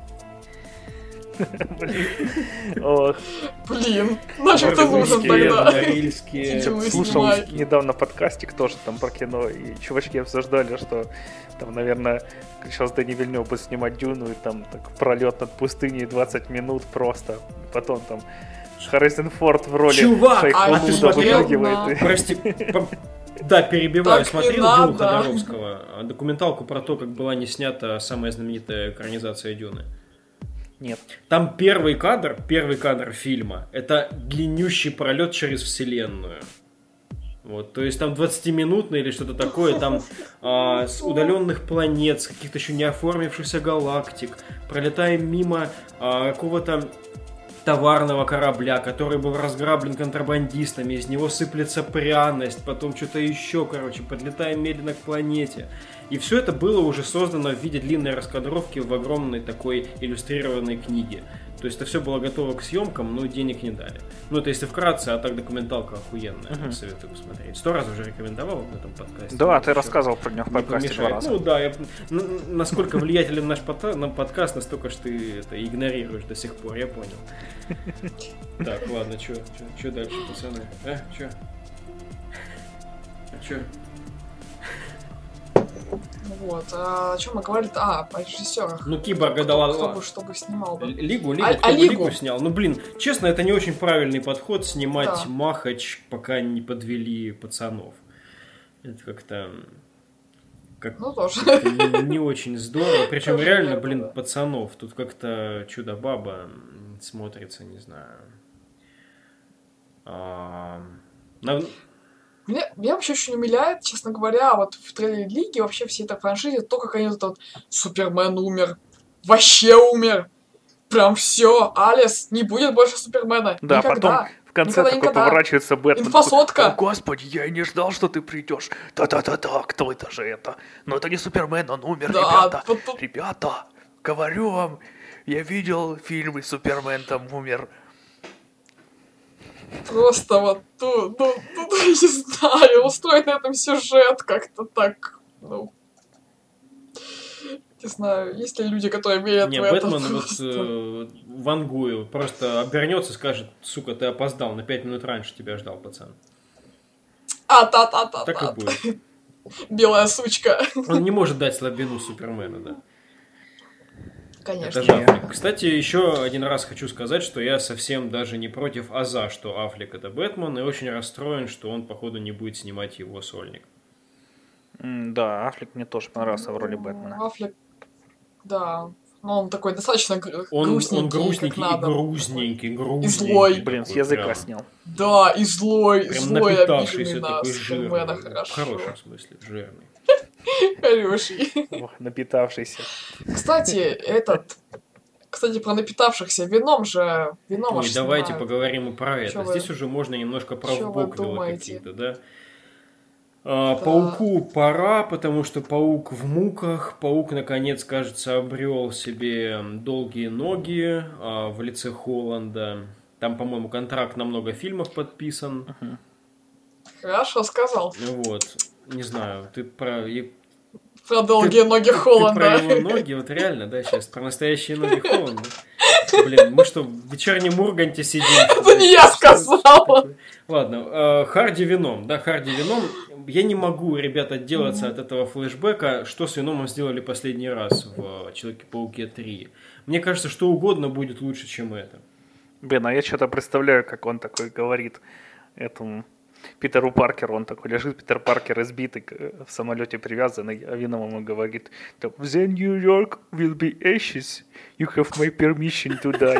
Ох, Блин, нафиг ты нужен Норильские, тогда? норильские. Чего вы слушал снимаете? недавно подкастик тоже там про кино, и чувачки обсуждали, что там, наверное, сейчас Дани Вильнёв будет снимать Дюну, и там так пролет над пустыней 20 минут просто. Потом там Харрисон Форд в роли Чувак, а ты Шайхунуда смотрел выпрыгивает. и- Прости, да, перебиваю, Так не смотрел надо. Дюну Ходоровского, документалку про то, как была не снята самая знаменитая экранизация Дюны. Нет. Там первый кадр фильма, это длиннющий пролет через вселенную. Вот, то есть там 20-минутный или что-то такое, там с удаленных планет, с каких-то еще не оформившихся галактик, пролетаем мимо какого-то товарного корабля, который был разграблен контрабандистами, из него сыплется пряность, потом что-то еще, короче, подлетаем медленно к планете. И все это было уже создано в виде длинной раскадровки в огромной такой иллюстрированной книге. То есть это все было готово к съемкам, но денег не дали. Ну, это если вкратце, а так документалка охуенная. Советую посмотреть. 100 раз уже рекомендовал в этом подкасте. Да, ты Еще рассказывал про него в не подкасте 2 помешает. раза. Ну да, насколько влиятелен наш подкаст, настолько же ты это игнорируешь до сих пор, я понял. Так, ладно, что дальше, пацаны? Чё? Вот, о чем мы говорили-то? О режиссерах. Ну, Киборга дала... Кто бы снимал бы. Лигу Лигу снял. Ну, блин, честно, это не очень правильный подход снимать Да. Махач, пока не подвели пацанов. Это как-то Ну, тоже. не очень здорово. Причем Тоже реально, верно, блин, да. пацанов. Тут как-то Чудо-баба смотрится, не знаю. Меня вообще очень умиляет, честно говоря, вот в трейлере Лиги вообще все это франшизе, то, как они вот Супермен умер, вообще умер, прям все, Алис, не будет больше Супермена, Да, никогда. потом в конце такой Никогда. поворачивается Бэтмен. Инфосотка. такой, «О, господи, я и не ждал, что ты придешь. Да-да-да-да, кто это же это? Но это не Супермен, он умер, Да, ребята. вот тут- Ребята, говорю вам, я видел фильмы Супермен там умер. Просто вот, ну, я не знаю, устроить на этом сюжет как-то так, ну, не знаю, есть ли люди, которые верят Не, в это. Бэтмен вот просто. вангую просто обернется и скажет: сука, ты опоздал, на 5 минут раньше тебя ждал, пацан. Та-та-та-та-та. Так и будет. Белая сучка. Он не может дать слабину Супермену, да. Конечно. Это же Аффлек. Кстати, еще один раз хочу сказать, что я совсем даже не против Аза, что Аффлек это Бэтмен, и очень расстроен, что он, походу, не будет снимать его сольник. Да, Аффлек мне тоже понравился в роли Бэтмена. Аффлек, да. Но он такой достаточно Он грустненький, грустненький как и надо. грузненький. И злой. Блин, с такой языка прям. снял. Да, и злой, Прям злой, напитавшийся обиженный на такой Супермена, жирный. В хорошо. хорошем смысле, жирный. Хороший. Ох, напитавшийся. Кстати, про напитавшихся. Вином же Ой, ж давайте снимают. поговорим и про это. Чё вы- Здесь уже можно немножко про чё вы вбоквилы думаете? какие-то, да? Пауку пора, потому что паук в муках. Паук, наконец, кажется, обрел себе долгие ноги в лице Холланда. Там, по-моему, контракт на много фильмов подписан. Хорошо сказал. Вот. Не знаю, ты про... Про долгие ноги Ты про Холланда. его ноги, вот реально, да, сейчас? Про настоящие ноги Холланда. Блин, мы что, в вечернем Урганте сидим? Это не я сказала. Ладно, Харди Веном, да, Харди Веном. Я не могу, ребята, отделаться от этого флешбека, что с Веномом сделали последний раз в Человеке-пауке 3. Мне кажется, что угодно будет лучше, чем это. Блин, а я что-то представляю, как он такой говорит этому Питеру Паркеру. Он такой лежит, Питер Паркер избитый, в самолете привязанный, а Веном ему говорит: "The New York will be ashes. You have my permission to die".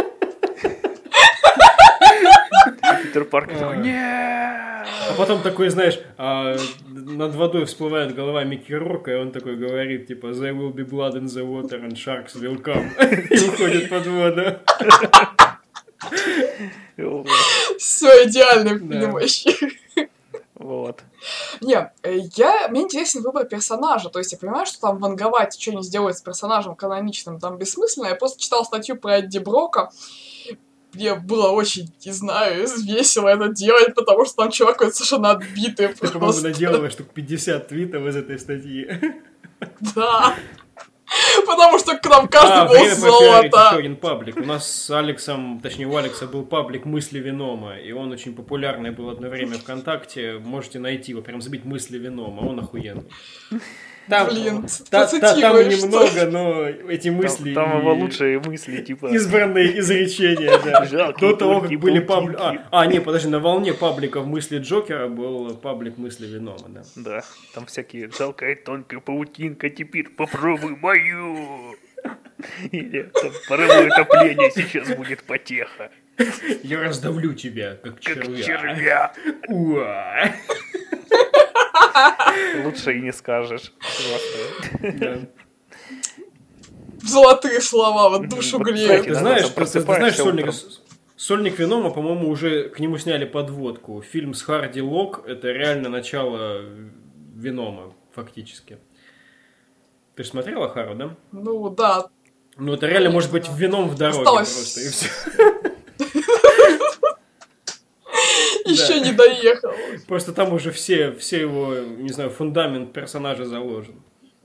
Питер Паркер такой: "Нет!" А потом такой, знаешь, над водой всплывает голова Микки Рурка, и он такой говорит, типа, "There will be blood in the water and sharks will come". И уходит под воду. Все идеальный фильм вообще. Вот. Не, мне интересен выбор персонажа. То есть я понимаю, что там ванговать, что не сделать с персонажем каноничным, там бессмысленно. Я просто читал статью про Эдди Брока. Мне было очень, не знаю, весело это делать, потому что там чувак какой-то совершенно отбитый Ты, по-моему, наделала штук 50 твитов из этой статьи. Да. Потому что к нам каждый был время попиарить золото. еще один паблик. У нас с Алексом, точнее у Алекса был паблик "Мысли Венома", и он очень популярный был одно время ВКонтакте. Можете найти его, прям забить "Мысли Венома", он охуенный. Там, Блин, там процитируешь, немного, но эти мысли... Там его лучшие мысли, типа... Избранные изречения, да. Жалкие До того, как были паутинки. паблики... подожди, на волне пабликов "Мысли Джокера" был паблик "Мысли Венома", да. Да, там всякие: "Жалкая тонкая паутинка, теперь попробуй мою". Или там: "Паровое отопление, сейчас будет потеха". Я раздавлю тебя, как червя. Уа. Лучше и не скажешь. Просто. Да. Золотые слова, вот душу Вот, греют. кстати, Ты да, знаешь, там просто просыпаешься Сольник, утром. Сольник Венома, по-моему, уже к нему сняли подводку. Фильм с Харди Лок — это реально начало Венома, фактически. Ты же смотрела Хару, да? Ну да. Ну, это реально может быть Веном в дороге Осталось. просто, и все. Еще не доехал. Просто там уже все его, не знаю, фундамент персонажа заложен.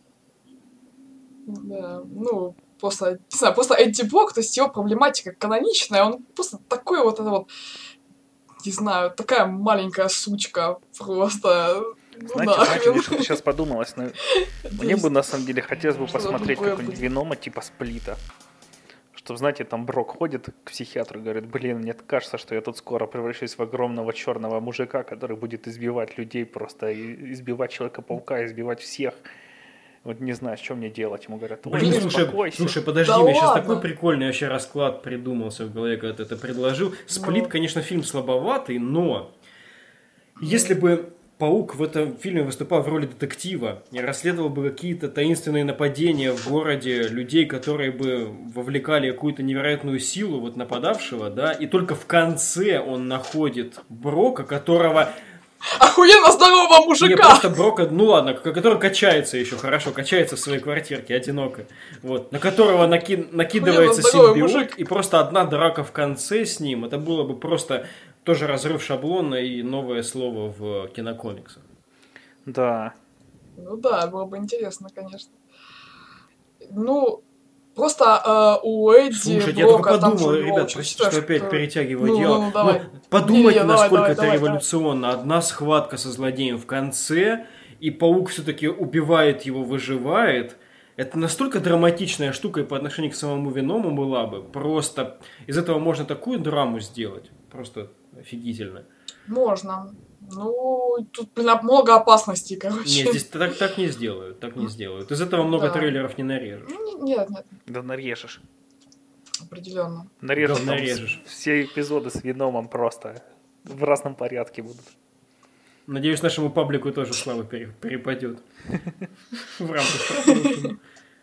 Да, ну, просто, не знаю, просто Эдди Брок, то есть его проблематика каноничная, он просто такой вот, это вот, не знаю, такая маленькая сучка, просто, Знаете, мне что-то сейчас подумалось. Мне бы, на самом деле, хотелось бы посмотреть какой-нибудь Венома типа Сплита. Что, знаете, там Брок ходит к психиатру и говорит: "Блин, мне кажется, что я тут скоро превращусь в огромного черного мужика, который будет избивать людей просто, избивать Человека-паука, избивать всех. Вот не знаю, что мне делать". Ему говорят: "Ой, Блин, успокойся". слушай, подожди, Да мне сейчас ладно. такой прикольный вообще расклад придумался в голове, когда ты это предложил. Сплит, конечно, фильм слабоватый, но если бы Паук в этом фильме выступал в роли детектива и расследовал бы какие-то таинственные нападения в городе, людей, которые бы вовлекали какую-то невероятную силу вот нападавшего, да, и только в конце он находит Брока, которого... охуенно здорового Не, мужика! просто Брока, ну ладно, который качается еще хорошо, качается в своей квартирке, одиноко, вот, на которого накидывается здоровый симбиот, мужик. и просто одна драка в конце с ним, это было бы просто тоже разрыв шаблона и новое слово в кинокомиксах. Да. Ну да, было бы интересно, конечно. Ну, просто у Эдди Слушайте, я только Брока там подумал, же ребят, очень простите, что опять перетягиваю Ну, дело. ну, давай. Подумайте, Не-не, давай, насколько давай, это давай, революционно. Одна схватка со злодеем в конце, и Паук все-таки убивает его, выживает. Это настолько драматичная штука и по отношению к самому Веному была бы. Просто из этого можно такую драму сделать. Просто офигительно. Можно. Ну, тут, блин, много опасностей, короче. Нет, здесь так не сделают, так не сделают. Из этого много Да. трейлеров не нарежешь. Нет, Да нарежешь. определенно. Нарежешь, там Нарежешь. все эпизоды с Веномом просто в разном порядке будут. Надеюсь, нашему паблику тоже слава перепадет. В рамках прошлого.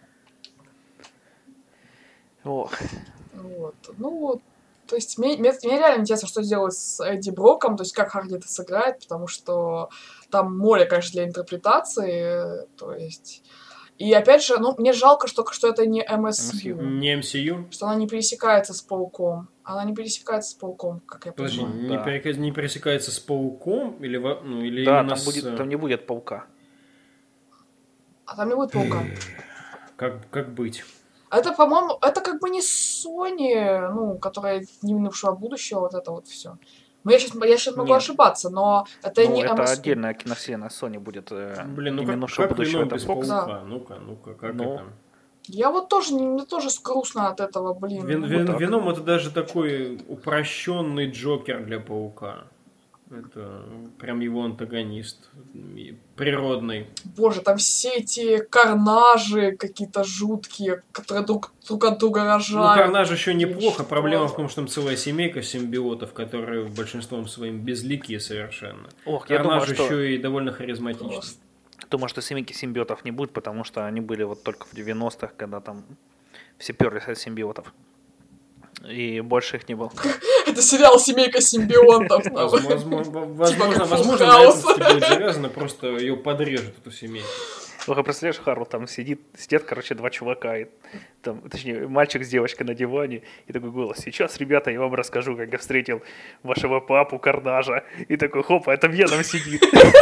Ох. Вот. Ну, то есть, мне реально интересно, что сделать с Эдди Броком, то есть, как Харди это сыграет, потому что там море, конечно, для интерпретации, то есть... И, опять же, ну, мне жалко, что это не MSU, Не MCU? что она не пересекается с Пауком. Она не пересекается с Пауком, как я Подожди, понимаю. Да. не пересекается с Пауком? Или Да, именно там не будет Паука. А там не будет Паука. Как быть? Это, по-моему, это как бы не Sony, ну, которая не минувшего будущего, вот это вот все. Ну, я сейчас могу Нет. ошибаться, но это Ну, не это MSU. отдельная киновселенная Sony будет. Блин, ну не как, минувшего как будущего, Веном это без Fox. паука? Ну-ка, как Ну. это? Я вот тоже, мне тоже грустно от этого, блин. так. Веном это даже такой упрощенный Джокер для паука. Это прям его антагонист. Природный. Боже, там все эти карнажи какие-то жуткие, которые друг от друга Ну, рожают. Карнаж еще неплохо. Что Проблема в это? том, что там целая семейка симбиотов, которые большинством своим безликие совершенно. Ох, я Карнаж думаю, что... еще и довольно харизматичный. Просто. Думаю, что семейки симбиотов не будет, потому что они были вот только в 90-х, когда там все перлись от симбиотов. И больше их не было. Это сериал «Семейка симбионтов». Возможно, на этом будет завязано, просто ее подрежут, эту семейку. Ох, представляешь, Хару там сидят, короче, два чувака, и, там, точнее, мальчик с девочкой на диване, и такой голос: сейчас, ребята, я вам расскажу, как я встретил вашего папу Карнажа. И такой, хопа, это Веном сидит.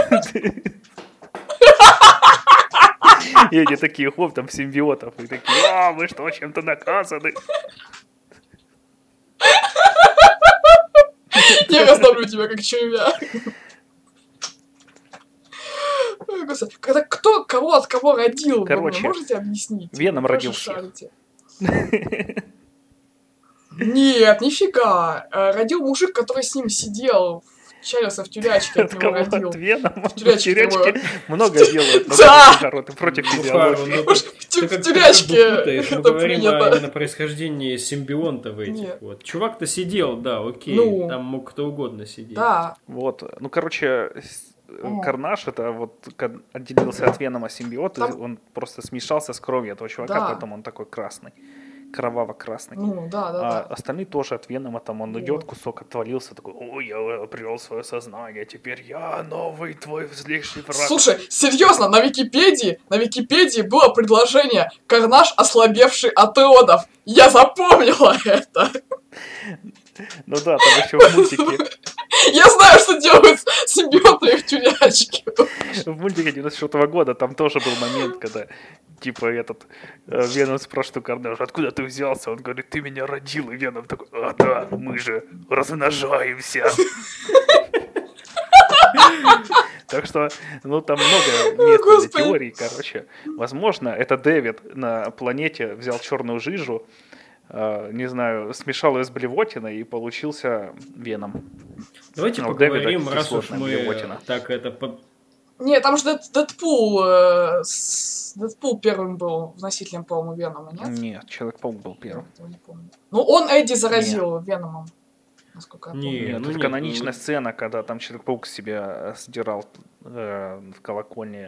И они такие, хоп, там симбиотов, и такие, вы что, чем-то наказаны? Я раздавлю тебя, как червя. Ой, Господи, кто кого от кого родил? Вы Короче, мне можете объяснить? Веном Вы родил тоже всех. шарите. Нет, нифига. Родил мужик, который с ним сидел. Чалился в тюрячке, от От него кого? родил. От Венома? В тюрячке Тюрячки его. много делают. но Да! Хару, ты против Ну, физиологии. Хару, В ты тюрячке путаешь. Мы это говорим принято. именно происхождении симбионтов этих. Нет. Вот. Чувак-то сидел, да, окей. Ну. Там мог кто угодно сидеть. Да. Вот, ну, короче, О. Карнаж, это вот отделился от Венома симбиот, и Там- он просто смешался с кровью этого чувака, Да. поэтому он такой красный, кроваво-красный. Ну, да. А остальные тоже от Венома, там он Вот. идет, кусок отвалился, такой, ой, я обрел свое сознание, теперь я новый твой злейший враг. Слушай, серьезно, на Википедии было предложение «Карнаж, ослабевший от родов». Я запомнила это. Ну да, там еще в мультике, Я знаю, что делают симбиоты в тюрячке. в мультике 96-го года там тоже был момент, когда типа этот Веном спрашивает у Карнажа, откуда ты взялся? Он говорит, ты меня родил, и Веном такой, а да, мы же размножаемся. Так что, ну, там много места для Господи. теорий, короче. Возможно, это Дэвид на планете взял черную жижу, не знаю, смешал ее с блевотиной, и получился Веном. Давайте Ну, поговорим, Дэвида раз уж кислотная мы блевотина. так это... Не, там же Дэдпул, Дэдпул первым был носителем, по-моему, Венома, нет? Нет, Человек-паук был Я первым. этого не помню. Ну, он Эдди заразил Веномом, насколько я помню. Не, Нет, ну это нет, каноничная ну- сцена, когда там Человек-паук себя сдирал в колокольне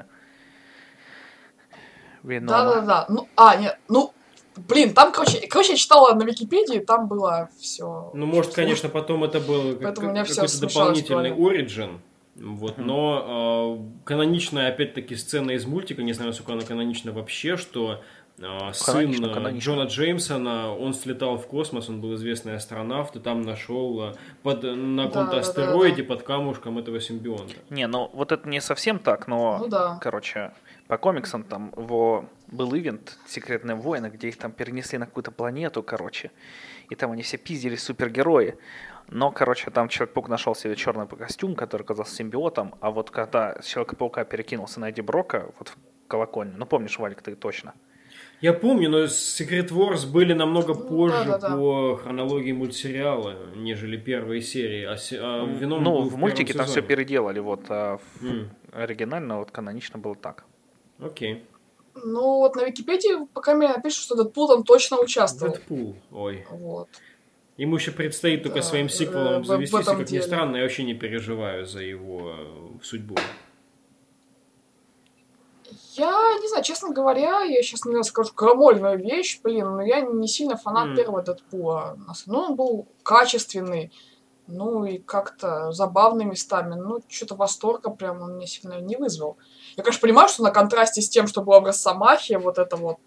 Венома. Да. Ну, нет, ну, блин, там, короче, я читала на Википедии, там было все. Ну, может, конечно, потом это был Поэтому у меня всё какой-то смешалось в дополнительный голове. origin. Вот, но каноничная, опять-таки, сцена из мультика, не знаю, насколько она канонична вообще, что сын Канонично. Джона Джеймсона, он слетал в космос, он был известный астронавт, и там нашел на каком-то Да. астероиде под камушком этого симбионта. Не, ну вот это не совсем так, но, Ну да. короче, по комиксам там был ивент «Секретные войны», где их там перенесли на какую-то планету, короче, и там они все пиздились, супергерои. Но, короче, там Человек-паук нашел себе черный костюм, который оказался симбиотом, а вот когда с Человека-паука перекинулся на Эдди Брока, вот в колокольню, ну помнишь, Валик, ты точно? Я помню, но Secret Wars были намного позже да. по хронологии мультсериала, нежели первые серии. Веном Ну, был в первом мультике там все сезоне. переделали, вот, а М, оригинально, вот, канонично было так. Окей. Ну, вот на Википедии, по крайней мере, напишут, что Дэдпул там точно участвовал. Дэдпул, ой. Вот. Ему еще предстоит только Да, своим сиквелом в завестись, и, этом как ни деле. странно, я вообще не переживаю за его судьбу. Я не знаю, честно говоря, я сейчас, наверное, скажу крамольную вещь, блин, но я не сильно фанат первого Дэдпула. Ну, он был качественный, ну и как-то забавный местами. Ну, что-то восторга прям он мне сильно не вызвал. Я, конечно, понимаю, что на контрасте с тем, что было в Росомахе, вот это,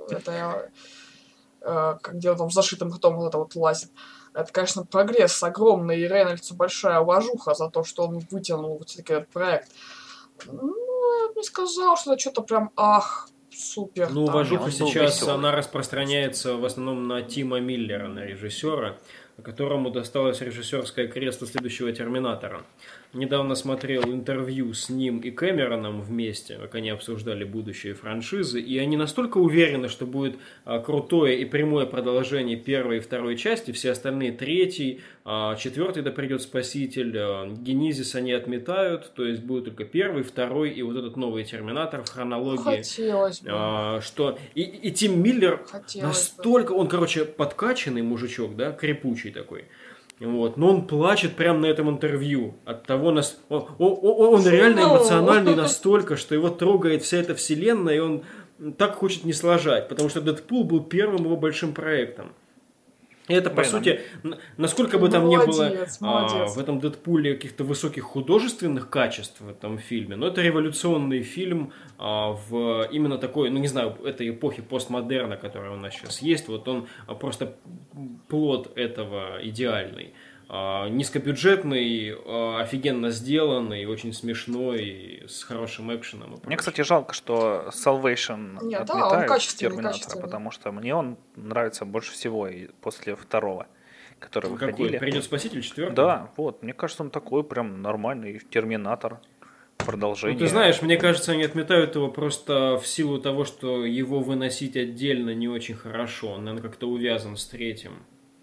где он там с зашитым ртом вот это вот лазит. Это, конечно, прогресс огромный, и Рейнольдсу большая уважуха за то, что он вытянул вот все-таки этот проект. Ну, я бы не сказал, что это что-то прям, супер. Ну, там. уважуха он был сейчас, весёлый. она распространяется в основном на Тима Миллера, на режиссера, которому досталось режиссерское кресло следующего «Терминатора». Недавно смотрел интервью с ним и Кэмероном вместе, как они обсуждали будущее франшизы, и они настолько уверены, что будет крутое и прямое продолжение первой и второй части, все остальные третий, четвертый, да придет Спаситель, Генезис они отметают, то есть будет только первый, второй и вот этот новый «Терминатор» в хронологии. Хотелось бы. Что и Тим Миллер Хотелось настолько, он, короче, подкачанный мужичок, да, крепучий такой. Вот. Но он плачет прямо на этом интервью от того, он реально эмоциональный настолько, что его трогает вся эта вселенная, и он так хочет не сложать, потому что Дэдпул был первым его большим проектом. И это, по сути, насколько бы там не было в этом Дэдпуле каких-то высоких художественных качеств в этом фильме, но это революционный фильм в именно такой, ну не знаю, этой эпохи постмодерна, которая у нас сейчас есть, вот он просто плод этого идеальный. Низкобюджетный, офигенно сделанный, очень смешной, с хорошим экшеном. Мне, кстати, жалко, что Salvation отметают Терминатора, потому что мне он нравится больше всего и после второго, который выходили. Какой? «Придет Спаситель» 4? Да, вот, мне кажется, он такой прям нормальный Терминатор, продолжение. Ну, ты знаешь, мне кажется, они отметают его просто в силу того, что его выносить отдельно не очень хорошо. Он, наверное, как-то увязан с третьим.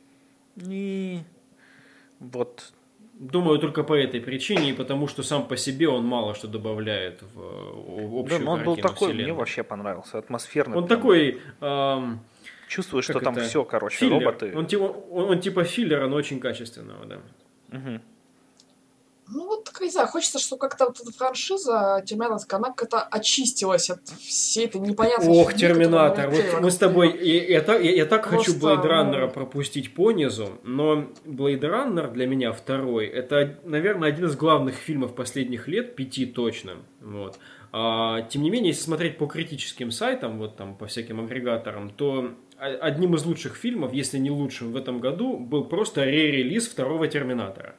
И... Вот. Думаю, только по этой причине и потому, что сам по себе он мало что добавляет в общую картину. Он был такой, вселенной. Мне вообще понравился, атмосферный. Он такой... чувствуешь, что там все, короче, филлер. роботы. Он типа филлера, но очень качественного, да. Угу. Ну вот, не знаю, хочется, чтобы как-то вот эта франшиза терминаторская, она как-то очистилась от всей этой непонятной Ох, фигни, Терминатор. которая Вот мы с тобой... Я так Просто, хочу Blade Runner пропустить по низу, но Blade Runner для меня второй, это, наверное, один из главных фильмов последних лет, 5 точно. Вот. Тем не менее, если смотреть по критическим сайтам, вот там по всяким агрегаторам, то одним из лучших фильмов, если не лучшим в этом году, был просто ререлиз второго Терминатора.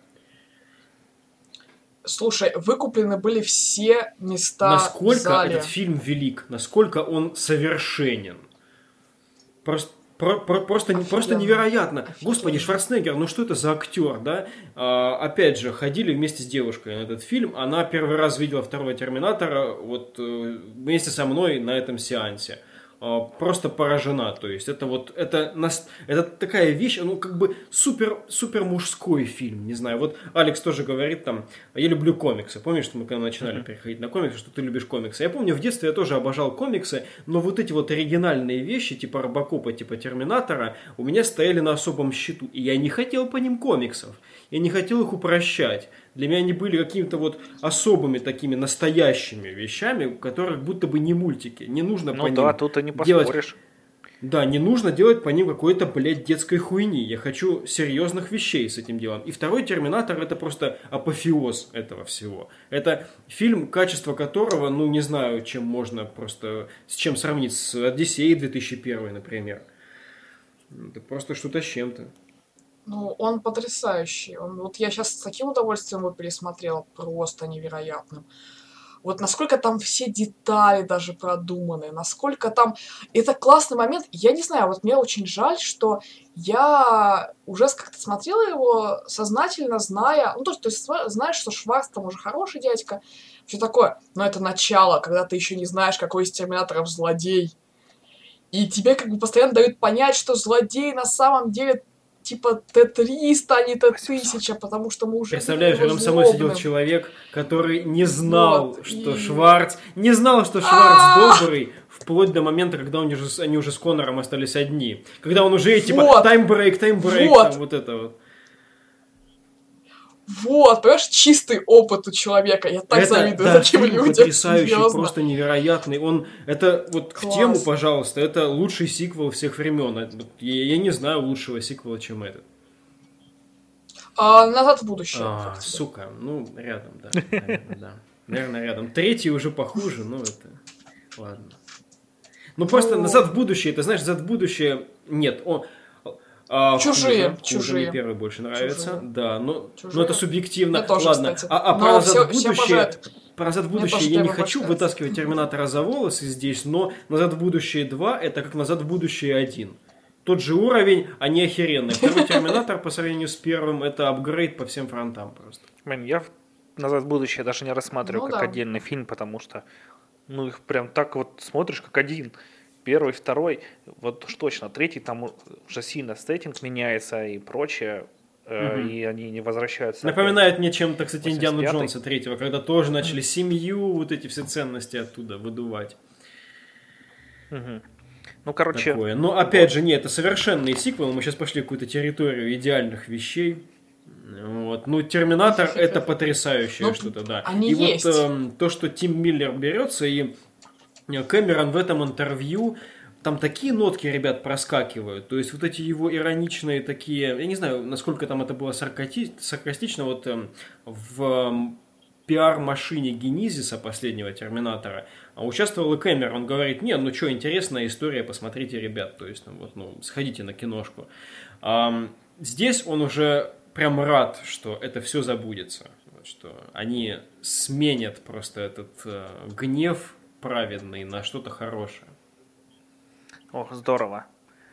Слушай, выкуплены были все места насколько в зале. этот фильм велик, насколько он совершенен. Просто невероятно. Офигенно. Господи, Шварценеггер, ну что это за актер, да? Опять же, ходили вместе с девушкой на этот фильм. Она первый раз видела второго Терминатора вот вместе со мной на этом сеансе. Просто поражена, то есть это такая вещь, ну как бы супер мужской фильм, не знаю, вот Алекс тоже говорит там, я люблю комиксы, помнишь, что мы когда начинали переходить на комиксы, что ты любишь комиксы, я помню в детстве я тоже обожал комиксы, но вот эти вот оригинальные вещи, типа Робокопа, типа Терминатора, у меня стояли на особом счету, и я не хотел по ним комиксов, я не хотел их упрощать. Для меня они были какими-то вот особыми такими настоящими вещами, у которых будто бы не мультики. Не нужно по ним тут и не поспоришь. Да, не нужно делать по ним какой-то, блядь, детской хуйни. Я хочу серьезных вещей с этим делом. И второй Терминатор это просто апофеоз этого всего. Это фильм, качество которого, ну не знаю, чем можно просто, с чем сравнить с Одиссеей 2001, например. Это просто что-то с чем-то. Ну, он потрясающий. Вот я сейчас с таким удовольствием его пересмотрела, просто невероятным. Вот насколько там все детали даже продуманы, насколько там... Это классный момент. Я не знаю, вот мне очень жаль, что я уже как-то смотрела его сознательно, зная... Ну, то есть знаешь, что Шварц там уже хороший дядька, все такое. Но это начало, когда ты еще не знаешь, какой из Терминаторов злодей. И тебе как бы постоянно дают понять, что злодей на самом деле... типа Т-300, а не Т-1000, потому что мы уже... Представляешь, рядом со мной сидел человек, который не знал, что Шварц... Не знал, что Шварц добрый, вплоть до момента, когда они уже с Коннором остались одни. Когда он уже, типа, таймбрейк, вот это вот. Вот, понимаешь, чистый опыт у человека. Я так завидую таким людям. Потрясающий, просто невероятный. Это вот к тему, пожалуйста, это лучший сиквел всех времен. Я не знаю лучшего сиквела, чем этот. «Назад в будущее». Сука, ну, рядом, да. Наверное, рядом. Третий уже похуже, но это... Ладно. Ну, просто «Назад в будущее», ты знаешь, «Назад в будущее» нет, он... Чужие. Мне первый больше нравится. Чужие. Да, но это субъективно. Я тоже, ладно. кстати. Про «Назад в будущее» Про «Назад в Мне будущее» тоже я не первый хочу больше вытаскивать Терминатора за волосы здесь, но «Назад в будущее 2» это как «Назад в будущее 1». Тот же уровень, они охеренные. Второй Терминатор по сравнению с первым это апгрейд по всем фронтам просто. Блин, я «Назад в будущее» даже не рассматриваю Ну как да. отдельный фильм, потому что, ну, их прям так вот смотришь как один. Первый, второй, вот уж точно. Третий, там уже сильно сеттинг меняется и прочее, и они не возвращаются. Напоминает мне чем-то, кстати, Индиану 85-й. Джонса третьего, когда тоже начали семью, вот эти все ценности оттуда выдувать. Мгм. Ну, короче, Такое. Но опять же, нет, это совершенный сиквел. Мы сейчас пошли в какую-то территорию идеальных вещей. Вот. Ну, Терминатор это потрясающее Ну, что-то, да. они И есть. вот то, что Тим Миллер берется, и Кэмерон в этом интервью, там такие нотки, ребят, проскакивают. То есть вот эти его ироничные такие, я не знаю, насколько там это было саркастично, вот в пиар-машине Генезиса, последнего Терминатора, участвовал и Кэмерон. Он говорит: не, ну что, интересная история, посмотрите, ребят, то есть, вот, сходите на киношку. Здесь он уже прям рад, что это все забудется, что они сменят просто этот гнев праведный на что-то хорошее. ох, здорово.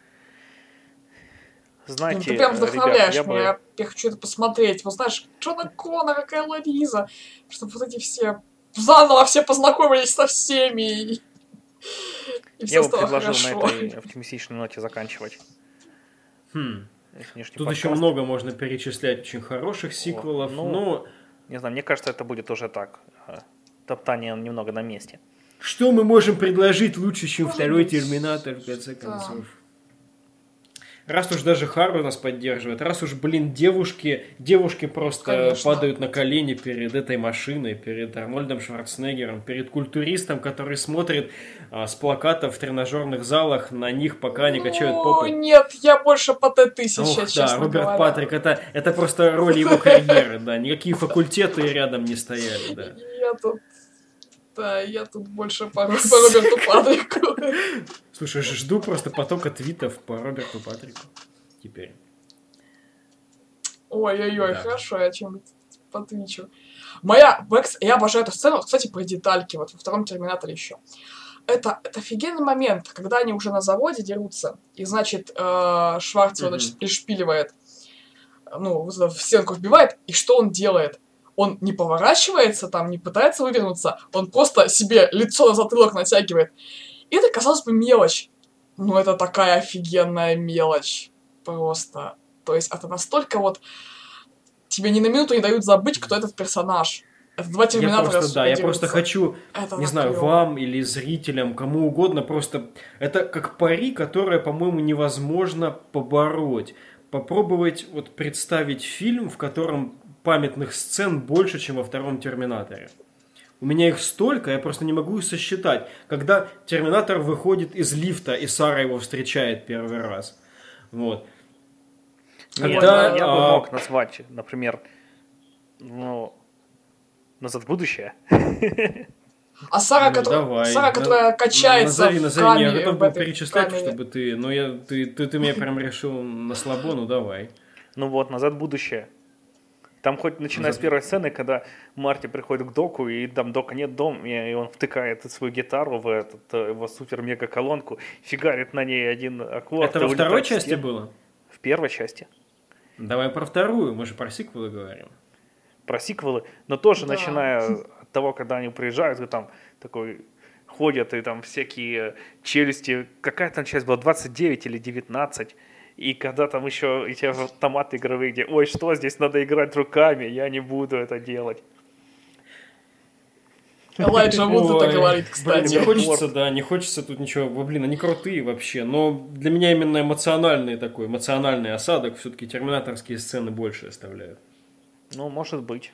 Знаете, Ты прям вдохновляешь ребят, меня, я хочу это посмотреть. Вот знаешь, Джона Коннора, Кайла Риза, чтобы вот эти все заново все познакомились со всеми, и я все бы стало предложил хорошо. на этой оптимистичной ноте заканчивать. Если не Тут подкаст. еще много можно перечислять очень хороших сиквелов, ну, но Не знаю, мне кажется, это будет уже так. Топтание немного на месте. что мы можем предложить лучше, чем Может второй быть, Терминатор, в конце да. концов? Раз уж даже Хару нас поддерживает, раз уж, девушки просто Конечно. падают на колени перед этой машиной, перед Арнольдом Шварценеггером, перед культуристом, который смотрит с плакатов в тренажерных залах на них, пока они качают попой. Нет, я больше по Т-1000, Ох, честно да, Роберт говоря. Патрик, это просто роль его карьеры, да, никакие факультеты рядом не стояли, да. Я тут больше по Роберту Патрику. Слушай, жду просто потока твитов по Роберту Патрику теперь. Ой-ой-ой, Да. хорошо, я чем-нибудь потвичу. Я обожаю эту сцену, кстати, про детальки, вот во втором Терминаторе еще. Это офигенный момент, когда они уже на заводе дерутся, и, значит, Шварц его, значит, пришпиливает, в стенку вбивает, и что он делает? Он не поворачивается там, не пытается вывернуться, он просто себе лицо на затылок натягивает. И это, казалось бы, мелочь. Но это такая офигенная мелочь. Просто. То есть это настолько вот... Тебе ни на минуту не дают забыть, кто этот персонаж. Это два Терминатора. Я просто хочу, Это не так знаю, клёво. вам или зрителям, кому угодно, просто... Это как пари, которое, по-моему, невозможно побороть. Попробовать вот представить фильм, в котором памятных сцен больше, чем во втором Терминаторе. У меня их столько, я просто не могу их сосчитать. Когда Терминатор выходит из лифта, и Сара его встречает первый раз. Вот. Я бы мог назвать, например, «Назад в будущее». А Сара, давай. которая качается назови, в камере. я готов в был этой перечислять, камере. чтобы ты... Но ты меня прям решил на слабо, ну давай. Ну вот, «Назад в будущее». Там хоть начиная с первой сцены, когда Марти приходит к Доку, и там Дока нет дома, и он втыкает свою гитару в его супер-мега-колонку, фигарит на ней один аккорд. Это во второй части было? В первой части. Давай про вторую, мы же про сиквелы говорим. Про сиквелы, но тоже Да. начиная от того, когда они приезжают, и там такой ходят, и там всякие челюсти, какая там часть была, 29 или 19, и когда там еще эти автоматы игровые, где, ой, что здесь надо играть руками, я не буду это делать. Элайджа Вуд это Ой, говорит, блин, кстати. не хочется тут ничего, они крутые вообще, но для меня именно эмоциональный осадок, все-таки терминаторские сцены больше оставляют. Ну, может быть.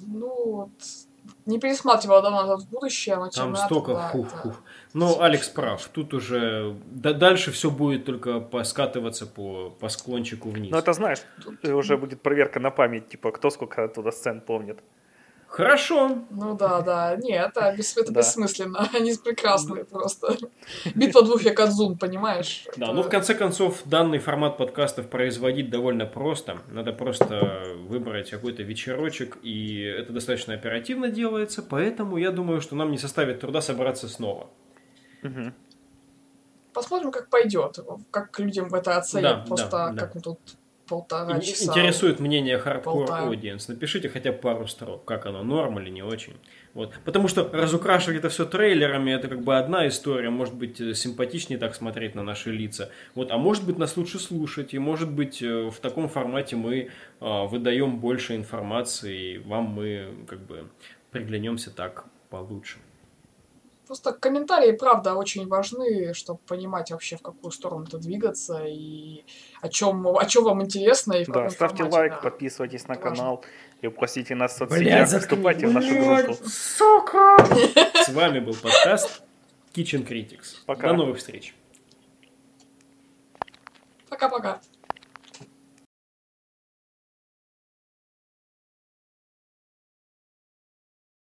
Не пересматривала давно «Назад в будущее», но Там Терминатор, столько да, хух-хух. это Но Алекс прав, тут уже дальше все будет только поскатываться по склончику вниз. Ну, это знаешь, уже будет проверка на память, типа, кто сколько оттуда сцен помнит. Хорошо. Ну да. Нет, это Да. бессмысленно. Они прекрасные просто. Битва двух якадзун, понимаешь? Да, Это- ну в конце концов, данный формат подкастов производить довольно просто. Надо просто выбрать какой-то вечерочек, и это достаточно оперативно делается, поэтому я думаю, что нам не составит труда собраться снова. Мгм. Посмотрим, как пойдет. Как людям это оценят. Да, просто да. как мы тут полтора часа. Интересует мнение Hardcore болтаем. Audience. Напишите хотя бы пару строк, как оно, норм или не очень. Вот. Потому что разукрашивать это все трейлерами, это как бы одна история. Может быть, симпатичнее так смотреть на наши лица. Вот. А может быть, нас лучше слушать. И может быть, в таком формате мы выдаем больше информации. И вам мы как бы приглянемся так получше. Просто комментарии, правда, очень важны, чтобы понимать вообще, в какую сторону-то двигаться и о чем вам интересно и в Да, каком ставьте формате, лайк, да. подписывайтесь на Это важно. канал, репостите нас в соцсетях, вступайте в нашу группу. Сука! С вами был подкаст Kitchen Critics. Пока. До новых встреч. Пока-пока.